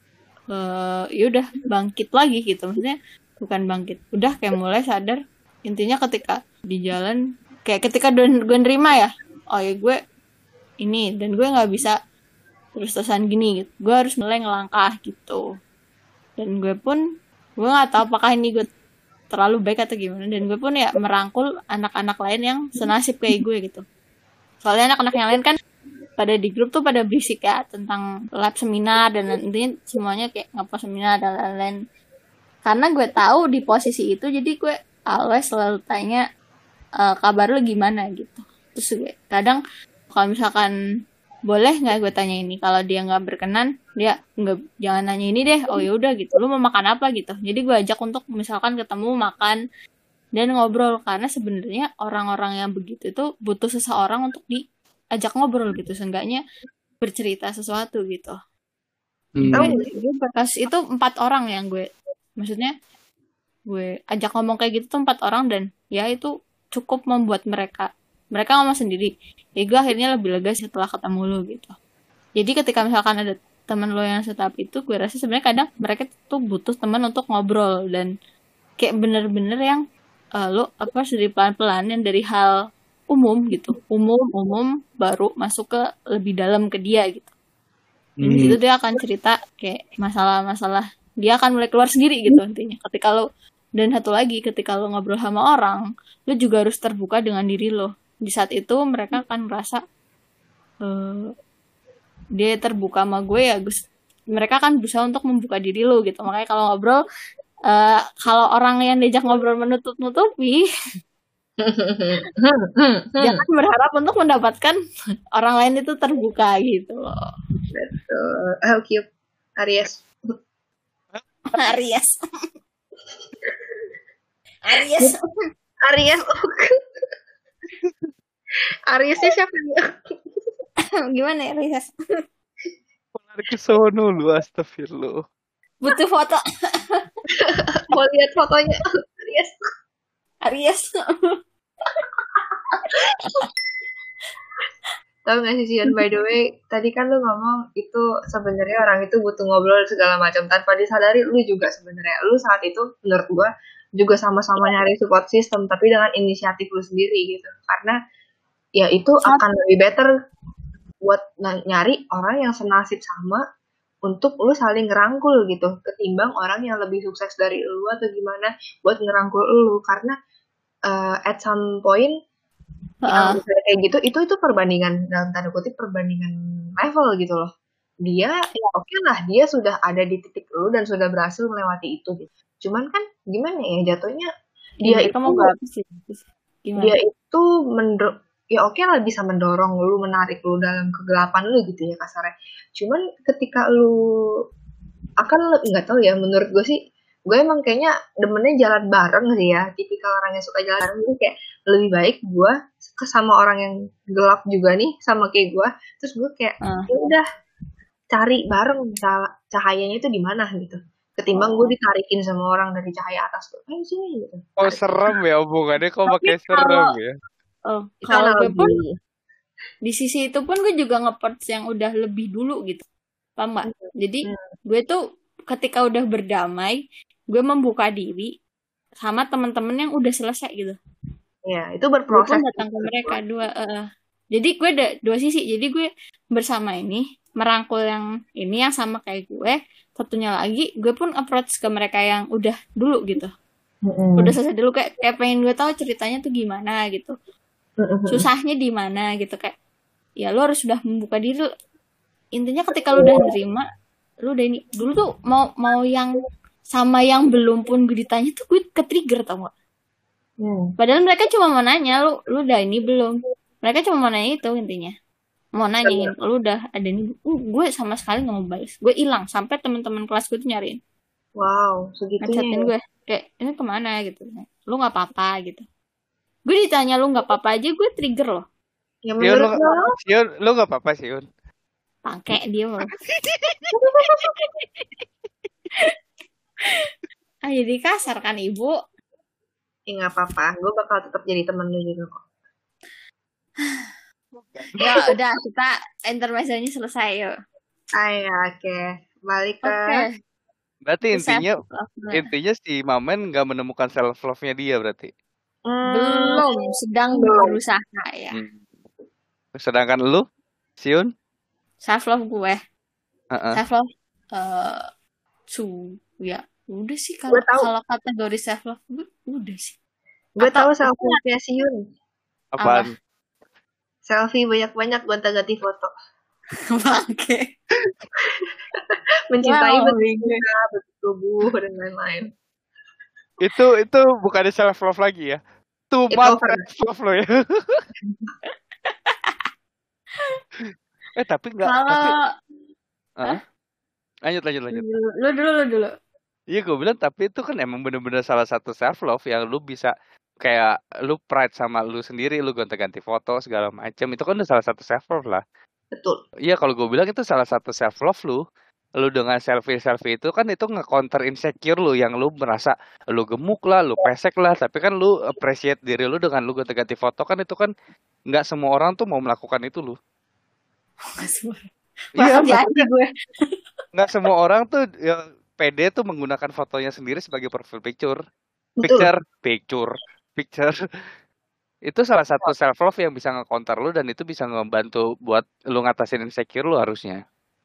Uh, ya udah bangkit lagi gitu, maksudnya bukan bangkit, udah kayak mulai sadar. Intinya ketika di jalan kayak ketika gue nerima ya oh ya gue ini dan gue nggak bisa terus-terusan gini gitu, gue harus mulai ngelangkah gitu. Dan gue pun gue nggak tahu apakah ini gue terlalu baik atau gimana, dan gue pun ya merangkul anak-anak lain yang senasib kayak gue gitu. Soalnya anak-anak yang lain kan pada di grup tuh pada berisik ya tentang lab seminar dan intinya semuanya kayak ngepost seminar dan lain-lain. Karena gue tahu di posisi itu, jadi gue always selalu tanya e, kabar lu gimana gitu. Terus gue kadang kalau misalkan boleh nggak gue tanya ini, kalau dia nggak berkenan dia nggak, jangan nanya ini deh, oh ya udah gitu, lu mau makan apa gitu. Jadi gue ajak untuk misalkan ketemu makan dan ngobrol, karena sebenarnya orang-orang yang begitu itu butuh seseorang untuk diajak ngobrol gitu, seenggaknya bercerita sesuatu gitu. Hmm. Dan gue pas itu empat orang yang gue, maksudnya gue ajak ngomong kayak gitu tuh empat orang, dan ya itu cukup membuat mereka mereka ngomong sendiri. Ya gue akhirnya lebih lega setelah ketemu lo gitu. Jadi ketika misalkan ada teman lo yang setahap itu, gue rasa sebenarnya kadang mereka tuh butuh teman untuk ngobrol, dan kayak bener-bener yang uh, lo apa dari pelan-pelan yang dari hal umum gitu, umum-umum baru masuk ke lebih dalam ke dia gitu. Dan di situ dia akan cerita kayak masalah-masalah, dia akan mulai keluar sendiri gitu intinya. Ketika lo, dan satu lagi, ketika lo ngobrol sama orang, lo juga harus terbuka dengan diri lo. Di saat itu mereka akan merasa uh, dia terbuka sama gue ya, Gus. Mereka akan berusaha untuk membuka diri lo gitu. Makanya kalau ngobrol, uh, kalau orang yang diajak ngobrol menutup-nutupi, jangan berharap untuk mendapatkan orang lain itu terbuka gitu loh. Betul. Oh, cute. Aries. Aries. Aries. Aries. Ariesnya siapa ya? Gimana ya Aries? Lari ke sono lu, astagfirullah. Butuh foto. Mau lihat fotonya Aries. Aries. Tahu nggak sih Sian, by the way, tadi kan lu ngomong itu sebenarnya orang itu butuh ngobrol segala macam tanpa disadari. Lu juga sebenarnya, lu saat itu menurut gua juga sama-sama nyari support system, tapi dengan inisiatif lu sendiri gitu. Karena ya itu akan lebih better buat nyari orang yang senasib sama untuk lu saling ngerangkul gitu, ketimbang orang yang lebih sukses dari lu atau gimana buat ngerangkul lu. Karena uh, at some point yang uh. kayak gitu, itu itu perbandingan dalam tanda kutip, perbandingan level gitu loh. Dia ya oke okay lah, dia sudah ada di titik lu dan sudah berhasil melewati itu gitu. Cuman kan gimana ya jatuhnya, dia ya, itu dia itu mendro ya oke okay lah, bisa mendorong lu, menarik lu dalam kegelapan lu gitu ya kasarnya. Cuman ketika lu akan nggak tahu ya, menurut gue sih, gue emang kayaknya demennya jalan bareng sih ya, tipikal orang yang suka jalan bareng. Jadi kayak lebih baik gue ke sama orang yang gelap juga nih sama kayak gue, terus gue kayak uh. ya udah cari bareng cahayanya itu di mana gitu, ketimbang gue ditarikin sama orang dari cahaya atas tuh ayo sini gitu. Oh serem ya hubungannya, kok pakai serem ya. Oh, kalau gue pun di sisi itu pun gue juga nge-post yang udah lebih dulu gitu, paham gak? Jadi hmm. gue tuh ketika udah berdamai, gue membuka diri sama teman-teman yang udah selesai gitu. Ya, itu berproses. Gue pun datang ke mereka dua. Uh, jadi gue ada dua sisi. Jadi gue bersama ini merangkul yang ini yang sama kayak gue. Satunya lagi gue pun approach ke mereka yang udah dulu gitu. Mm-hmm. Udah selesai dulu, kayak kayak pengen gue tahu ceritanya tuh gimana gitu. Mm-hmm. Susahnya di mana gitu, kayak ya lu harus sudah membuka diri. Intinya ketika lu udah nerima, lu udah ini dulu tuh mau mau yang sama yang belum pun gue ditanya tuh gue ke-trigger tau gak? Hmm. Padahal mereka cuma mau nanya lu lu udah ini belum. Mereka cuma mau nanya itu intinya. Mau nanyain lu udah ada ini. Uh, gue sama sekali nggak mau balas. Gue hilang sampai teman-teman kelas gue tuh nyariin. Wow, segitunya. Ngechatin gue kayak ini kemana gitu. Lu nggak apa-apa gitu. Gue ditanya lu nggak apa-apa aja gue trigger loh. Ya menurut lo, Siun, lu nggak apa-apa Siun. Pakai dia loh. Ah jadi kasar kan ibu? Ya nggak apa-apa, gue bakal tetap jadi temen lu juga kok. Ya udah, kita intermezzonya selesai yuk. Ayo, oke, okay. Balik ke. Okay. Berarti intinya, intinya si Mamen nggak menemukan self love-nya dia berarti. Hmm, belum, sedang berusaha ya. Hmm. Sedangkan lu, Siun? Self love gue, uh-uh. self love, uh, su, ya. Udah sih kalau kalau kategori self love gue udah sih. Gue tahu self love ya Siun. Apaan? Selfie banyak-banyak, gonta-ganti foto. Bangke. Mencintai Wow, bentuk bingung. muka, bentuk tubuh, dan lain-lain. Itu itu bukannya self love lagi ya? Too Itu much over. self love lo ya. eh tapi enggak, tapi Kalau Hah? lanjut lanjut lanjut. lu dulu lu dulu. Iya gue bilang tapi itu kan emang bener-bener salah satu self love yang lu bisa kayak lu pride sama lu sendiri, lu gonta-ganti foto segala macam, itu kan udah salah satu self love lah. Betul. Iya kalau gue bilang itu salah satu self love lu. Lu dengan selfie selfie itu kan itu nge-counter insecure lu yang lu merasa lu gemuk lah, lu pesek lah, tapi kan lu appreciate diri lu dengan lu gonta-ganti foto, kan itu kan nggak semua orang tuh mau melakukan itu lu. Iya, Bahkan di hati maksudnya gue. nggak semua orang tuh yang pede tuh menggunakan fotonya sendiri sebagai profile picture. Betul. Picture, picture, picture. Itu salah satu self love yang bisa nge-counter lu dan itu bisa ngebantu buat lu ngatasin insecure lu harusnya.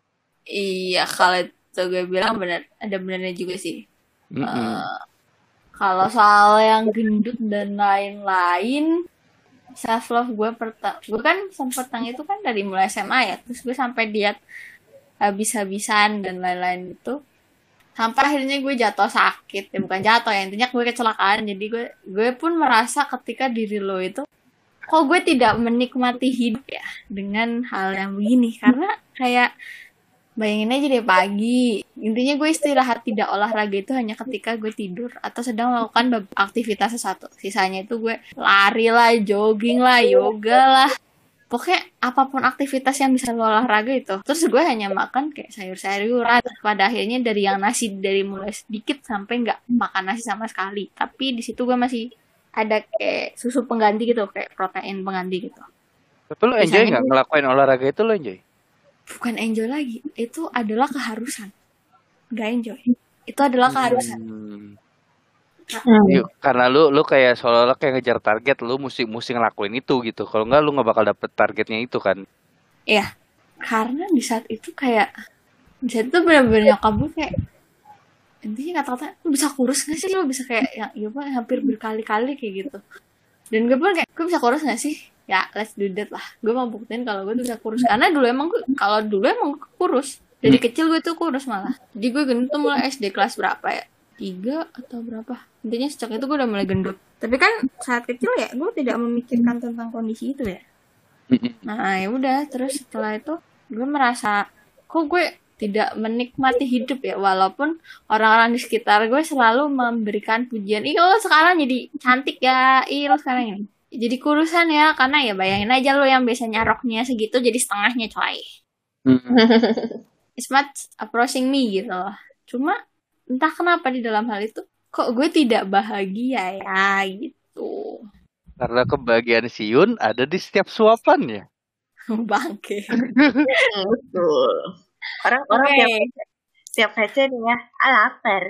Iya, kalau itu gue bilang benar, ada benarnya juga sih. Mm-mm. Eh, kalau soal yang gendut dan lain-lain, self love gue pertama, gue kan sempet yang itu kan dari mulai S M A ya, terus gue sampai diet habis-habisan dan lain-lain itu, sampai akhirnya gue jatuh sakit, ya bukan jatuh ya, intinya gue kecelakaan. Jadi gue gue pun merasa ketika diri lo itu, kok gue tidak menikmati hidup ya dengan hal yang begini, karena kayak bayangin aja deh pagi, intinya gue istirahat tidak olahraga itu hanya ketika gue tidur atau sedang melakukan aktivitas sesuatu. Sisanya itu gue lari lah, jogging lah, yoga lah, pokoknya apapun aktivitas yang bisa lo olahraga itu. Terus gue hanya makan kayak sayur-sayuran, pada akhirnya dari yang nasi dari mulai sedikit sampai nggak makan nasi sama sekali. Tapi di situ gue masih ada kayak susu pengganti gitu, kayak protein pengganti gitu. Tapi lu enjoy nggak ngelakuin olahraga itu? Lo enjoy? Bukan enjoy lagi, itu adalah keharusan. Gak enjoy, itu adalah keharusan. Hmm. Hmm. Yuk, karena lu lu kayak seolah-olah kayak ngejar target, lu mesti mesti ngelakuin itu gitu. Kalau nggak lu nggak bakal dapet targetnya itu kan. Iya, karena di saat itu kayak di saat itu benar-benar nyokap gue kayak intinya kata-kata, lu bisa kurus nggak sih, lu bisa kayak ya, ya apa, hampir berkali-kali kayak gitu. Dan gue pun kayak, gue bisa kurus nggak sih? Ya, let's do that lah. Gue mau buktiin kalau gue tuh bisa kurus. Karena dulu emang gue, kalau dulu emang gue kurus. Dari hmm. kecil gue tuh kurus malah. Jadi gue gendut tuh mulai S D kelas berapa ya? Tiga atau berapa? Intinya sejak itu gue udah mulai gendut. Tapi kan saat kecil ya, gue tidak memikirkan tentang kondisi itu ya. Nah, ya udah. Terus setelah itu, gue merasa, kok gue tidak menikmati hidup ya. Walaupun orang-orang di sekitar gue selalu memberikan pujian. Ih, lo sekarang jadi cantik ya. Ih, lo sekarang ini jadi kurusan ya, karena ya bayangin aja lo yang biasanya roknya segitu jadi setengahnya coy. It's much approaching me gitu loh. Cuma entah kenapa di dalam hal itu kok gue tidak bahagia ya gitu. Karena kebahagiaan si Yun ada di setiap suapan ya. Bangke. Betul. Orang-orang okay. tiap tiap kece nih ya, ah, lapar.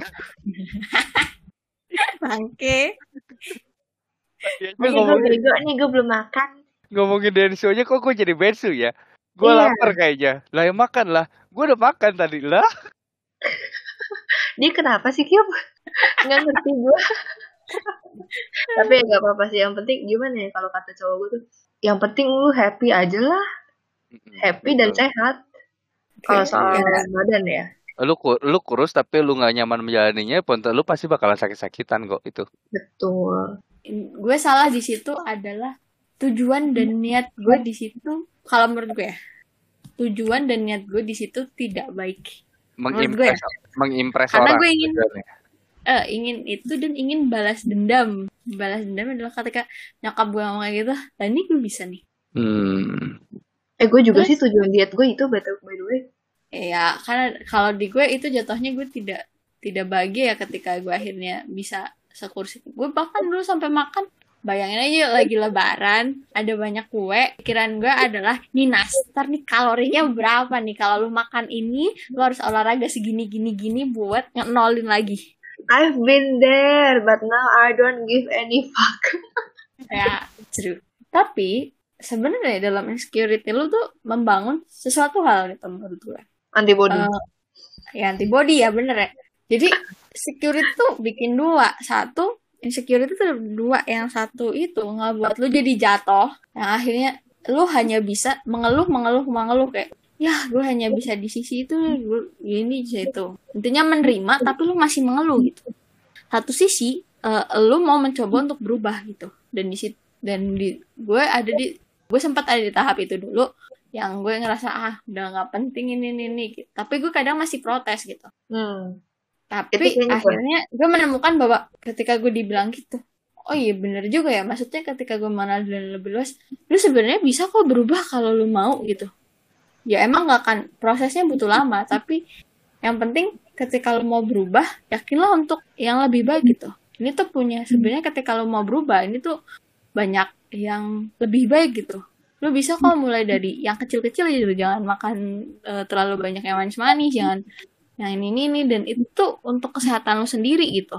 Bangke. Nih gue bego nih, gue belum makan. Ngomongin Densu aja kok gue jadi Bensu ya. Gue iya. lapar kayaknya. Lah ya makan lah. Gue udah makan tadi lah. Dia kenapa sih Kyop? Nggak ngerti gue. Tapi ya nggak apa-apa sih. Yang penting gimana ya kalau kata cowok gue tuh. Yang penting lu happy aja lah. Happy dan sehat. Kalau soal ya. badan ya. Lu lu kurus tapi lu nggak nyaman menjalaninya, ponto lu pasti bakalan sakit-sakitan kok itu. Betul. Gue salah di situ adalah tujuan dan niat gue di situ. Kalau menurut gue ya, tujuan dan niat gue di situ tidak baik. Mengimpress, ya. mengimpress Karena orang. Karena gue ingin, eh, ingin itu dan ingin balas dendam. Balas dendam adalah ketika nyokap gue ngomong kayak gitu, dan ini gue bisa nih. Hmm. Eh gue juga Terus, sih tujuan diet gue itu by the way. Iya, karena kalau di gue itu jatuhnya gue tidak tidak bahagia ya ketika gue akhirnya bisa sekurus itu. Gue bahkan dulu sampai makan, bayangin aja lagi lebaran, ada banyak kue, pikiran gue adalah, nih nastar nih kalorinya berapa nih, kalau lu makan ini, lu harus olahraga segini-gini-gini buat nolin lagi. I've been there, but now I don't give any fuck. Ya, true. Tapi, sebenarnya dalam insecurity lu tuh membangun sesuatu hal gitu menurut gue. Antibody. Uh, ya antibody ya bener ya. Jadi security tuh bikin dua. Satu, insecurity tuh dua. Yang satu itu ngebuat lu jadi jatuh. Yang akhirnya lu hanya bisa mengeluh mengeluh mengeluh kayak ya gue hanya bisa di sisi itu, gue gini bisa itu. Intinya menerima tapi lu masih mengeluh gitu. Satu sisi uh, lu mau mencoba untuk berubah gitu. Dan di situ dan di gue ada di gue sempat ada di tahap itu dulu yang gue ngerasa ah udah nggak penting ini ini ini gitu. Tapi gue kadang masih protes gitu. Hmm. Tapi akhirnya gue menemukan bahwa ketika gue dibilang gitu, oh iya bener juga ya, maksudnya ketika gue mengenal dan lebih luas, lu sebenarnya bisa kok berubah kalau lu mau gitu. Ya emang gak akan, prosesnya butuh lama, tapi yang penting ketika lu mau berubah, yakinlah untuk yang lebih baik gitu. Ini tuh punya, sebenarnya ketika lu mau berubah, ini tuh banyak yang lebih baik gitu. Lu bisa kok mulai dari yang kecil-kecil gitu, jangan makan uh, terlalu banyak yang manis-manis, jangan yang ini ini, ini dan itu untuk kesehatan lu sendiri gitu.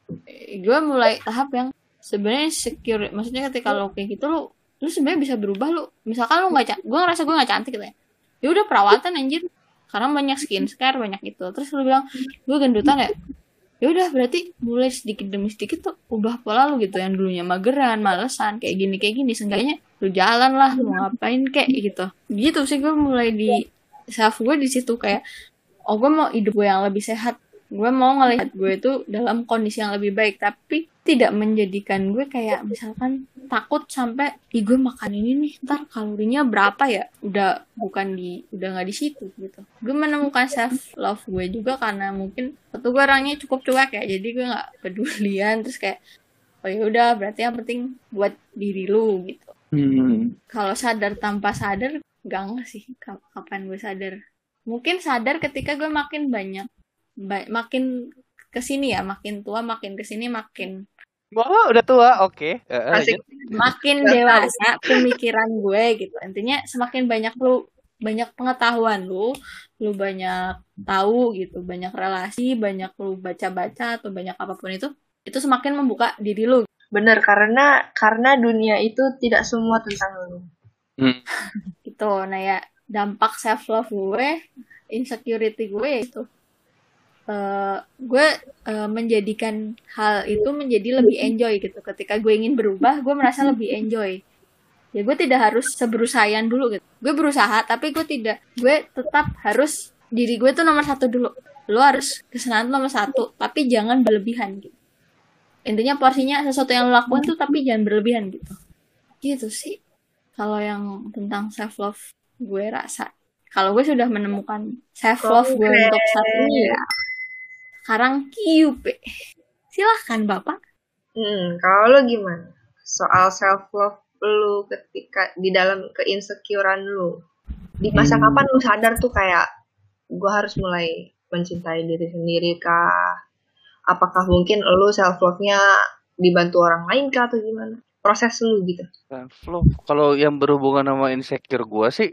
Gue mulai tahap yang sebenarnya secure, maksudnya ketika lo kayak gitu lu lu sebenarnya bisa berubah. Lu misalkan lu nggak, gue ngerasa gue nggak cantik gitu ya, ya udah perawatan anjir, karena banyak skincare banyak itu. Terus lu bilang gue gendutan ya, ya udah berarti mulai sedikit demi sedikit tuh ubah pola lu gitu, yang dulunya mageran malesan kayak gini kayak gini, seenggaknya lu jalan lah, lu ngapain kayak gitu gitu sih. Gue mulai di self gue di situ kayak oh gue mau hidup gue yang lebih sehat, gue mau ngelihat gue itu dalam kondisi yang lebih baik, tapi tidak menjadikan gue kayak misalkan takut sampai ih gue makan ini nih ntar kalorinya berapa ya, udah bukan di udah nggak di situ gitu. Gue menemukan self love gue juga karena mungkin waktu gue orangnya cukup cuek ya, jadi gue nggak pedulian, terus kayak oh ya udah berarti yang penting buat diri lu gitu. Hmm. Kalau sadar tanpa sadar nggak nggak sih kapan gue sadar. Mungkin sadar ketika gue makin banyak, ba- makin kesini ya, makin tua, makin kesini, makin. Oh, udah tua, oke. Okay. Uh, Asik. Makin dewasa pemikiran gue gitu. Intinya semakin banyak lu, banyak pengetahuan lu, lu banyak tahu gitu, banyak relasi, banyak lu baca-baca atau banyak apapun itu, itu semakin membuka diri lu. Bener, karena karena dunia itu tidak semua tentang lu. Hmm. Gitu, nah ya. Dampak self love gue, insecurity gue itu, uh, gue uh, menjadikan hal itu menjadi lebih enjoy gitu. Ketika gue ingin berubah, gue merasa lebih enjoy. Ya gue tidak harus seberusahaan dulu gitu. Gue berusaha, tapi gue tidak, gue tetap harus diri gue tuh nomor satu dulu. Lo harus kesenangan nomor satu, tapi jangan berlebihan gitu. Intinya porsinya sesuatu yang lo lakukan tuh, tapi jangan berlebihan gitu. Gitu sih. Kalau yang tentang self love gue rasa, kalau gue sudah menemukan self love gue untuk saat ini ya, sekarang Q P. Silahkan Bapak. Hmm, kalau lo gimana soal self love lu ketika di dalam keinsecurean lu? Di masa hmm. kapan lu sadar tuh kayak gue harus mulai mencintai diri sendiri kah? Apakah mungkin lu self love-nya dibantu orang lain kah atau gimana? Proses lu gitu. Self love kalau yang berhubungan sama insecure gue sih,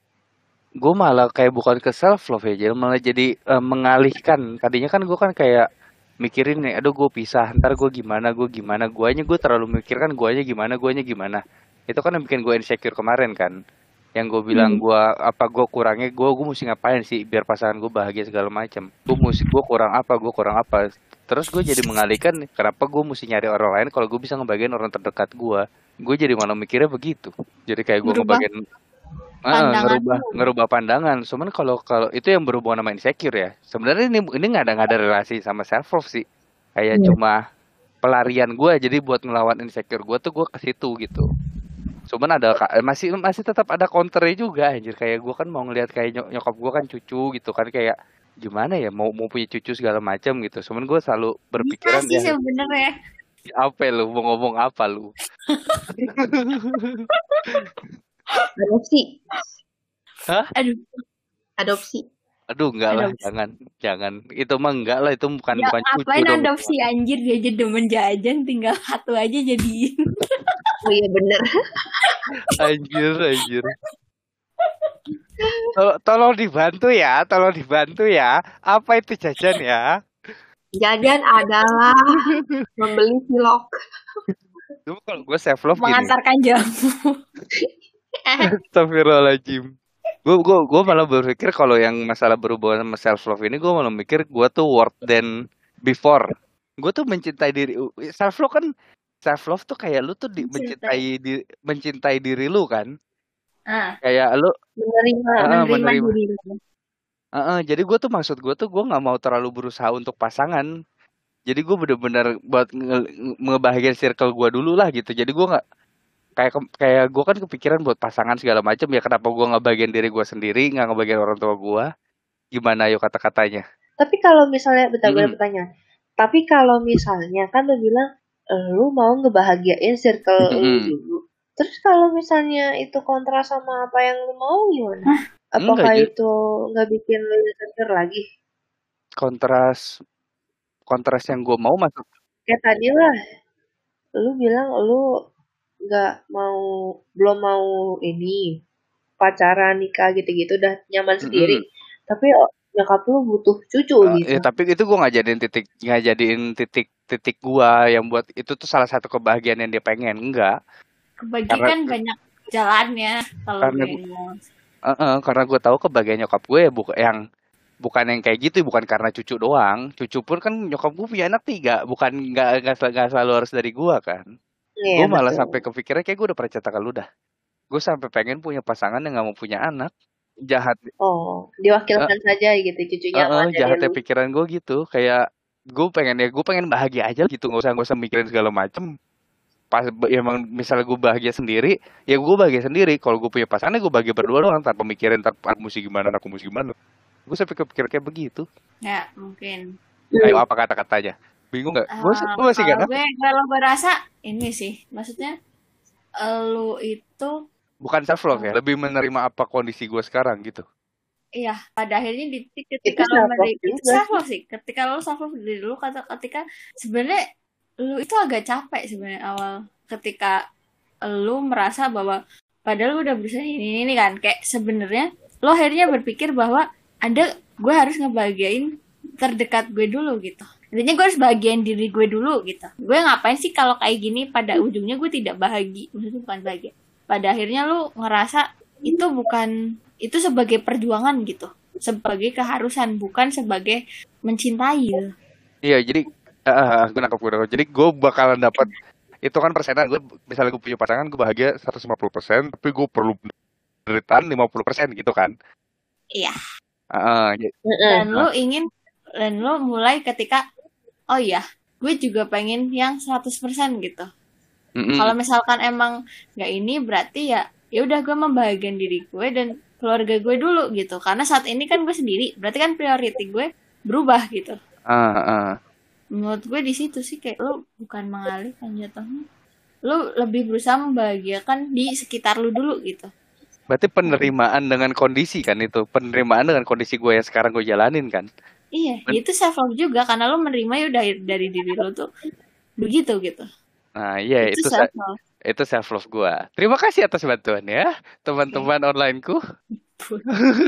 gue malah kayak bukan ke self love ya, jadi malah jadi uh, mengalihkan. Tadinya kan gue kan kayak mikirin nih, aduh gue pisah, ntar gue gimana, gue gimana, guanya gue terlalu mikirkan guanya gimana, guanya gimana. Itu kan yang bikin gue insecure kemarin kan, yang gue bilang hmm. gue apa gue kurangnya, gue gue mesti ngapain sih biar pasangan gue bahagia segala macam. Gue mesti gue kurang apa, gue kurang apa. Terus gue jadi mengalihkan, kenapa gue mesti nyari orang lain kalau gue bisa ngebagian orang terdekat gue. Gue jadi malah mikirnya begitu. Jadi kayak gue ngebagian ah, ngerubah ngerubah pandangan. Cuman kalau kalau itu yang berhubungan sama insecure ya. Sebenarnya ini ini nggak ada nggak ada relasi sama self love sih. Kayak yeah. cuma pelarian gue. Jadi buat ngelawan insecure gue tuh gue ke situ gitu. Cuman ada masih masih tetap ada counternya juga anjir. Kayak gue kan mau ngelihat kayak nyok nyokap gue kan cucu gitu kan, kayak gimana ya mau mau punya cucu segala macam gitu. Cuman gue selalu berpikiran ya sih sebenarnya. Apa lu mau ngomong apa lu? Adopsi. Hah? Aduh. Adopsi. Aduh enggak adopsi. lah, jangan jangan. Itu mah enggak lah, itu bukan ya, bukan cucu. Apain adopsi dong. Anjir, dia aja demen jajan, tinggal satu aja jadiin. Oh iya bener. Anjir, anjir. Tol tolong dibantu ya, tolong dibantu ya. Apa itu jajan ya? Jajan adalah membeli cilok. Cuma kalau gue self love mengantarkan gini. jamu. Astagfirullahaladzim. Gue gue gue malah berpikir kalau yang masalah berhubungan sama self love ini, gue malah mikir gue tuh worth than before. Gue tuh mencintai diri. Self love kan, self love tuh kayak lu tuh di, mencintai di, mencintai diri lu kan. Ah, Kayak lu Menerima. uh, menerima menerima. diri lu. Uh, jadi gue tuh maksud gue tuh gue nggak mau terlalu berusaha untuk pasangan. Jadi gue bener-bener buat nge- ngebahagiain circle gue dulu lah gitu. Jadi gue nggak kayak ke- kayak gue kan kepikiran buat pasangan segala macam ya, kenapa gue nggak bagian diri gue sendiri, nggak ngebagian orang tua gue? Gimana yuk kata-katanya? Tapi kalau misalnya, bentar gue ada Mm-mm. pertanyaan. Tapi kalau misalnya, kan lu bilang, eh, lu mau ngebahagiain circle lu Mm-mm. dulu. Terus kalau misalnya itu kontra sama apa yang lu mau gimana? Apakah Enggak, jadi itu nggak bikin lu insecure lagi? kontras kontras yang gue mau masuk. Kayak tadi lah, lu bilang lu nggak mau, belum mau ini, pacaran, nikah gitu-gitu, udah nyaman sendiri. Mm-mm. Tapi oh, nyokap lu butuh cucu Uh, gitu. ya tapi itu gue nggak jadiin titik nggak jadiin titik titik gua yang buat itu tuh salah satu kebahagiaan yang dia pengen, enggak. Kebagi Karena kan banyak jalannya kalau karena gue gu- ngomong. uh, uh, karena gue tahu kebahagiaan nyokap gue ya bukan yang bukan yang kayak gitu, bukan karena cucu doang. Cucu pun kan nyokap gue punya anak tiga, bukan nggak nggak sel- nggak selalu harus dari gua kan. Iya, Gue malah betul. sampai kepikiran kayak gue udah pernah cerita ke lu dah. Gue sampai pengen punya pasangan yang nggak mau punya anak. Jahat. Oh, Uh, diwakilkan saja gitu, cucunya uh, uh, sama dari jahatnya lu. pikiran gue gitu. Kayak gue pengen ya gue pengen bahagia aja gitu, nggak usah nggak usah mikirin segala macem. Pas be- emang misalnya gue bahagia sendiri, ya gue bahagia sendiri. Kalau gue punya pasangan, gue bahagia berdua doang tanpa mikirin ntar aku mesti gimana, aku mesti gimana. Gue sampai kepikir kayak begitu. Ya, mungkin. Ayo Hmm. apa kata-katanya? Bingung nggak? Gue Eh, gue masih kalau gak gue, dapet. kalau gue rasa ini sih, maksudnya lu itu, Bukan self love ya, eh, lebih menerima apa kondisi gue sekarang gitu. iya, pada akhirnya di titik Itu ketika lo self love menerima itu juga self sih. love sih. Ketika lo self love diri lu, kata ketika sebenarnya lu itu agak capek sebenarnya awal ketika lu merasa bahwa padahal lu udah berusaha ini ini kan kayak sebenarnya lo akhirnya berpikir bahwa ada gue harus ngebahagiain terdekat gue dulu gitu. Intinya gue harus bahagiain diri gue dulu gitu. Gue ngapain sih kalau kayak gini pada ujungnya gue tidak bahagia. Maksudnya bukan bahagia. Pada akhirnya lu ngerasa itu bukan itu sebagai perjuangan gitu. Sebagai keharusan bukan sebagai mencintai gitu. Iya, jadi uh, gue nangkep gue nangkep. Jadi gue bakalan dapat itu kan persenan. Gue misalnya gue punya pasangan, gue bahagia seratus lima puluh persen, tapi gue perlu penderitaan lima puluh persen gitu kan. Iya. Uh, ya- Mm-mm. Dan lu ingin dan lu mulai ketika oh iya, gue juga pengen yang seratus persen gitu. mm-mm. Kalau misalkan emang nggak ini berarti ya ya udah gue membahagiakan diri gue dan keluarga gue dulu gitu. Karena saat ini kan gue sendiri, berarti kan priority gue berubah gitu. Uh, uh. Menurut gue di situ sih kayak lu bukan mengalihkan jatuhnya. Lu lebih berusaha membahagiakan di sekitar lu dulu gitu. Berarti penerimaan dengan kondisi kan itu, penerimaan dengan kondisi gue yang sekarang gue jalanin kan. Iya, Ben- itu self love juga karena lu menerima ya dari dari diri lu tuh begitu gitu. Nah, iya Itu itu self sa- love. itu self love gue. Terima kasih atas bantuan ya, teman-teman onlineku. Uh,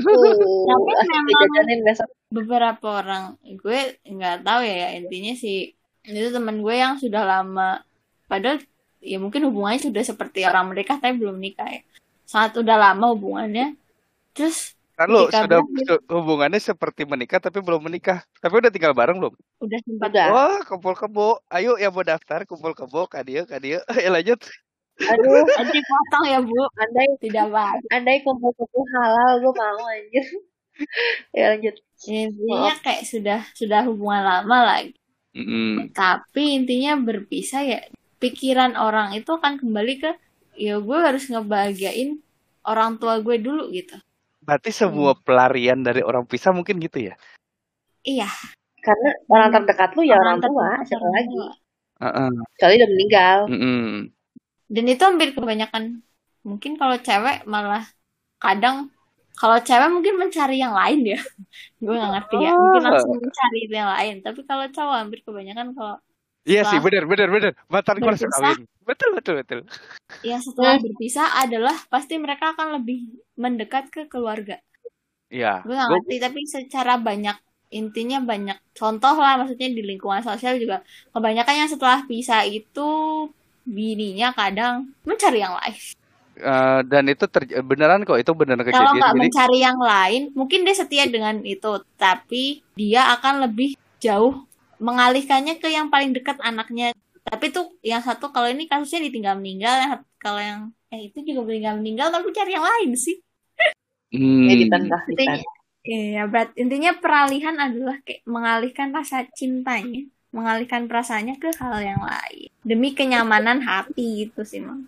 Tapi asik memang dijajanin besok. beberapa orang gue nggak tahu ya, ya intinya sih itu teman gue yang sudah lama padahal ya mungkin hubungannya sudah seperti orang menikah tapi belum nikah ya, sangat udah lama hubungannya. Terus Kan lu ketika sudah berakhir su- hubungannya seperti menikah tapi belum menikah. Tapi udah tinggal bareng belum? udah sempat Udah. Wah, kumpul kebo. Ayo yang mau daftar kumpul kebo, kadio, kadio. Ya lanjut. Aduh, nanti potong ya bu, andai tidak baik. andai kumpul-kumpul halal gue mau anjir. Ya lanjut. Intinya kayak sudah sudah hubungan lama lagi, Mm-mm. tapi intinya berpisah ya pikiran orang itu akan kembali ke ya gue harus ngebahagiain orang tua gue dulu gitu. Berarti semua pelarian dari orang pisah mungkin gitu ya? Iya, Karena orang Hmm. terdekat lu ya orang tua, terdekat siapa orang lagi? tua. Heeh. Kecuali udah meninggal. Mm-mm. Dan itu hampir kebanyakan. Mungkin kalau cewek malah kadang kalau cewek mungkin mencari yang lain ya. Gue nggak ngerti ya. Mungkin langsung mencari yang lain. Tapi kalau cowok hampir kebanyakan kalau Iya sih, setelah benar benar benar. Mantan gue langsung berpisah, kawin. Betul betul betul. yang setelah Hmm. berpisah adalah pasti mereka akan lebih mendekat ke keluarga. Iya. Gue nggak Gue ngerti tapi secara banyak intinya banyak contoh lah, maksudnya di lingkungan sosial juga kebanyakan yang setelah pisah itu bininya kadang mencari yang lain. eh, dan itu terj- beneran kok, itu beneran Kalau kejadian. nggak Jadi mencari yang lain, mungkin dia setia dengan itu, tapi dia akan lebih jauh mengalihkannya ke yang paling dekat anaknya. Tapi tuh yang satu kalau ini kasusnya ditinggal meninggal, yang satu- kalau yang eh itu juga meninggal meninggal tapi cari yang lain sih. Hmm. Editan lah Intinya, iya, berat. Intinya peralihan adalah kayak mengalihkan rasa cintanya, mengalihkan perasaannya ke hal yang lain demi kenyamanan hati gitu sih Mang.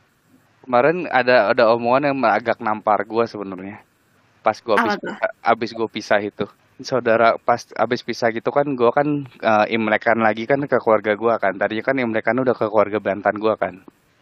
Kemarin ada ada omongan yang agak nampar gue sebenarnya. Pas gue Apa abis tuh? abis gue pisah itu, saudara pas abis pisah gitu kan, gue kan uh, imlekan lagi kan ke keluarga gue kan. Tadinya kan imlekan udah ke keluarga Bantan gue kan.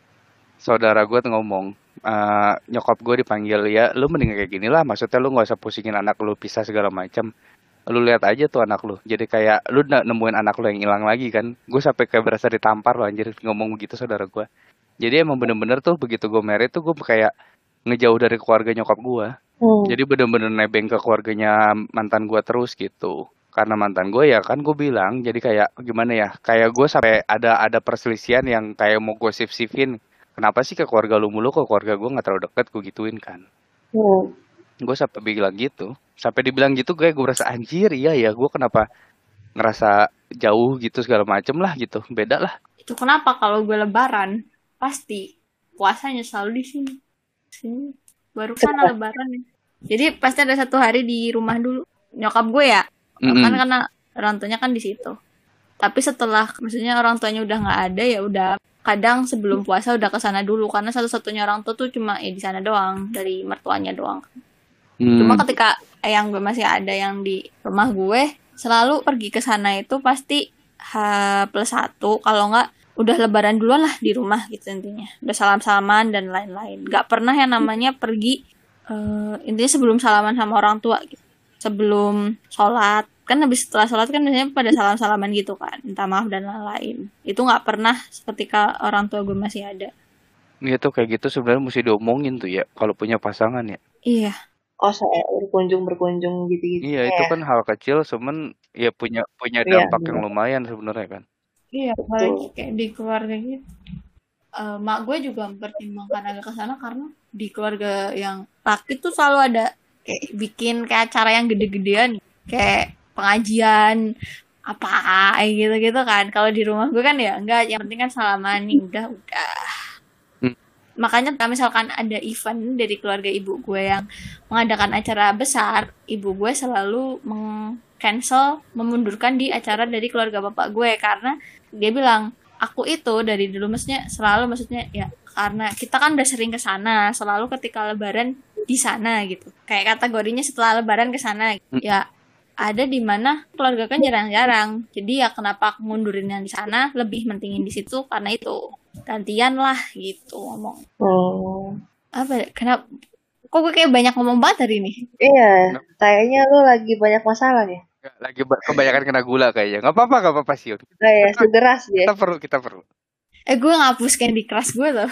Saudara gue tuh ngomong, uh, nyokap gue dipanggil, ya lu mending kayak gini lah, maksudnya lu nggak usah pusingin anak lu pisah segala macam. Lu lihat aja tuh anak lu, jadi kayak lu na- nemuin anak lu yang hilang lagi kan. Gue sampai kayak berasa ditampar loh anjir ngomong begitu saudara gue. Jadi emang bener-bener tuh begitu gue married tuh gue kayak ngejauh dari keluarga nyokap gue. Hmm. Jadi bener-bener nebeng ke keluarganya mantan gue terus gitu. Karena mantan gue ya kan gue bilang, jadi kayak gimana ya, kayak gue sampai ada ada perselisihan yang kayak mau gue sif-sifin. Kenapa sih ke keluarga lu mulu, ke keluarga gue nggak terlalu deket, gue gituin kan. Hmm. Gue sampai bilang gitu, sampai dibilang gitu gue gue merasa anjir, iya ya gue kenapa ngerasa jauh gitu segala macem lah gitu, beda lah. Itu kenapa kalau gue lebaran pasti puasanya selalu di sini. Sini. Baru sana lebaran ya. Jadi pasti ada satu hari di rumah dulu. Nyokap gue ya. Mm-mm. Kan karena orang tuanya kan di situ. Tapi setelah maksudnya orang tuanya udah nggak ada ya udah kadang sebelum puasa udah ke sana dulu karena satu-satunya orang tua tuh cuma ya di sana doang dari mertuanya doang. Hmm. Cuma ketika yang gue masih ada yang di rumah gue selalu pergi ke sana itu pasti H plus satu kalau nggak udah lebaran duluan lah di rumah gitu intinya. Udah salam-salaman dan lain-lain. Nggak pernah yang namanya pergi uh, intinya sebelum salaman sama orang tua gitu. Sebelum sholat kan habis setelah sholat kan biasanya pada salam-salaman gitu kan, minta maaf dan lain-lain. Itu nggak pernah ketika orang tua gue masih ada. Iya tuh kayak gitu sebenarnya mesti diomongin tuh ya kalau punya pasangan ya. Iya. Oh saya berkunjung berkunjung gitu-gitu. Iya itu kan hal kecil, cuman ya punya punya Iya, dampak yang benar. lumayan sebenarnya kan. Iya, Betul. apalagi kayak di keluarga gitu. Uh, mak gue juga mempertimbangkan agak ke sana karena di keluarga yang laki tuh selalu ada kayak bikin kayak acara yang gede-gedean, kayak pengajian apa gitu-gitu kan. Kalau di rumah gue kan ya enggak, yang penting kan salaman nih udah udah. Hmm. Makanya kalau misalkan ada event dari keluarga ibu gue yang mengadakan acara besar, ibu gue selalu meng-cancel, memundurkan di acara dari keluarga bapak gue karena dia bilang aku itu dari dulu maksudnya selalu maksudnya ya karena kita kan udah sering ke sana, selalu ketika lebaran di sana gitu. Kayak kategorinya setelah lebaran ke sana Hmm. ya ada di mana keluarga kan jarang-jarang. Jadi ya kenapa aku mundurin yang di sana, lebih mentingin di situ karena itu. Gantian lah gitu ngomong. Hmm. Apa kenapa kok gue kayak banyak ngomong banget hari ini? Iya, kayaknya lu lagi banyak masalah ya. Lagi ba- kebanyakan kena gula kayaknya. Nggak apa-apa, nggak apa-apa sih. Kayak sederas dia. Kita perlu, kita perlu. Eh gue ngapus Candy Crush gue loh.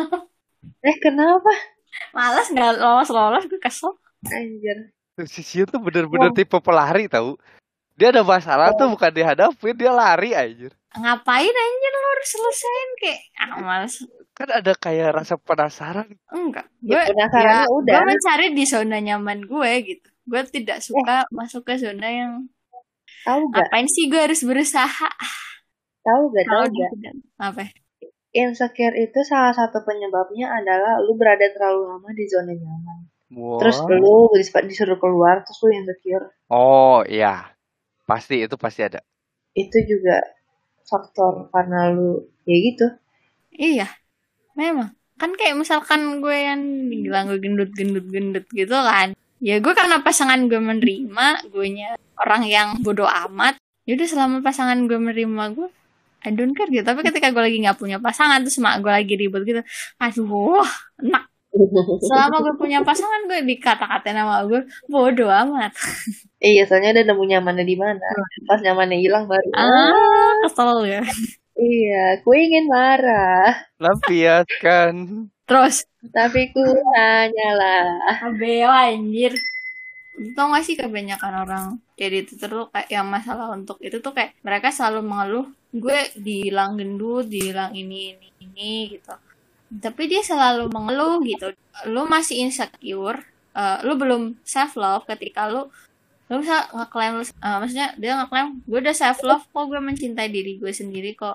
Eh kenapa? Malas nggak lolos-lolos, gue kesel. Anjir. Si Sio tuh bener-bener Oh. tipe pelari tahu. Dia ada masalah tuh bukan dihadapin, dia lari anjir. Ngapain anjir lo harus selesain kayak ah males. Kan ada kayak rasa penasaran. Enggak. Ya, Gue penasarannya ya, udah. gue mencari di zona nyaman gue gitu. Gue tidak suka masuk ke zona yang Tahu gak? ngapain sih gue harus berusaha. Tahu gak? Tahu Kalau gak? di apa? Insecure itu salah satu penyebabnya adalah lu berada terlalu lama di zona nyaman. Wah. Terus lu dis- disuruh keluar, terus lu insecure. Oh iya, pasti itu pasti ada. Itu juga faktor karena lu ya gitu. Iya, memang. Kan kayak misalkan gue yang bilang gue gendut-gendut-gendut gitu kan. Ya gue karena pasangan gue menerima, gue nya orang yang bodoh amat. Yaudah selama pasangan gue menerima gue, I don't care gitu. Tapi ketika gue lagi gak punya pasangan, terus mak gue lagi ribut gitu. Aduh, enak. Selama gue punya pasangan gue dikata-katain sama gue, bodoh amat. Iya, soalnya udah nemu nyamannya di mana. Pas nyamannya hilang baru. Ah, kesel ya. Iya, ku ingin marah, Lampiaskan. Terus, tapi ku hanyalah. abeo anjir. Tau gak sih kebanyakan orang jadi itu terus kayak yang masalah untuk itu tuh kayak mereka selalu mengeluh gue dibilang gendut, dibilang ini ini ini gitu. Tapi dia selalu mengeluh gitu. Lu masih insecure, uh, lu belum self love ketika lu lu bisa ngeklaim uh, maksudnya dia ngeklaim gue udah self love kok, gue mencintai diri gue sendiri kok.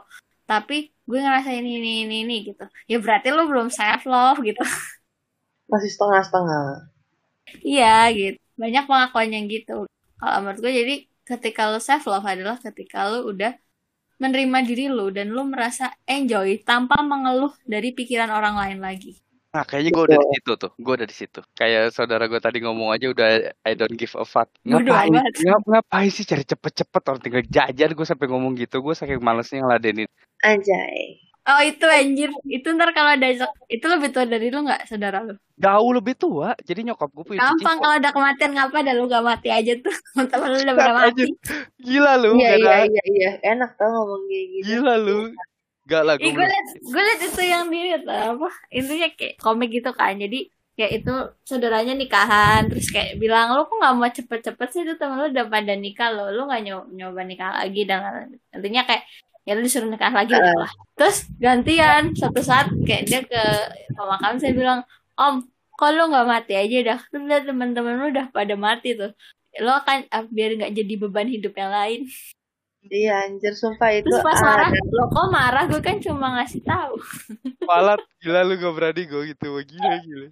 tapi gue ngerasain ini ini ini gitu, ya berarti lo belum self love gitu. Masih setengah-setengah. Iya gitu, banyak pengakuan yang gitu kalau menurut gue. Jadi ketika lo self love adalah ketika lo udah menerima diri lo dan lo merasa enjoy tanpa mengeluh dari pikiran orang lain lagi. Nah, kayaknya gue udah di situ tuh. Gue udah di situ. Kayak saudara gue tadi ngomong aja udah I don't give a fuck. Bodo Ngapain? amat. Ngap, ngapain sih cari cepet-cepet orang tinggal jajan. Gue sampai ngomong gitu. Gue saking malesnya ngeladenin. Anjay. Oh itu anjir, itu ntar kalau ada itu lebih tua dari lu nggak, saudara lu? Jauh lebih tua. Jadi nyokap gue punya cici. Gampang kalau ada kematian, ngapa dah lu gak mati aja tuh? Temen lu udah pada mati. Gila lu. Iya beda. iya iya iya. Enak tau ngomong kayak gitu. Gila lu. Gak lah Ih, gue. gue liat, gue liat itu yang di apa? Intinya kayak komik gitu kan. Jadi kayak itu saudaranya nikahan, terus kayak bilang, lu kok nggak mau cepet-cepet sih, tuh temen lu udah pada nikah lo, lu nggak nyoba, nyoba nikah lagi, dan intinya kayak ya lu disuruh nikah lagi uh. lah. Terus gantian suatu saat kayak dia ke pemakaman, saya bilang, om, kok lu nggak mati aja dah? Terus lihat teman-teman lu udah pada mati tuh, lo akan uh, biar nggak jadi beban hidup yang lain. Iya anjir, sumpah itu. Terus pas marah, lo kok marah? Gue kan cuma ngasih tahu. Palat, gila lu gak berani gue gitu, gila gila.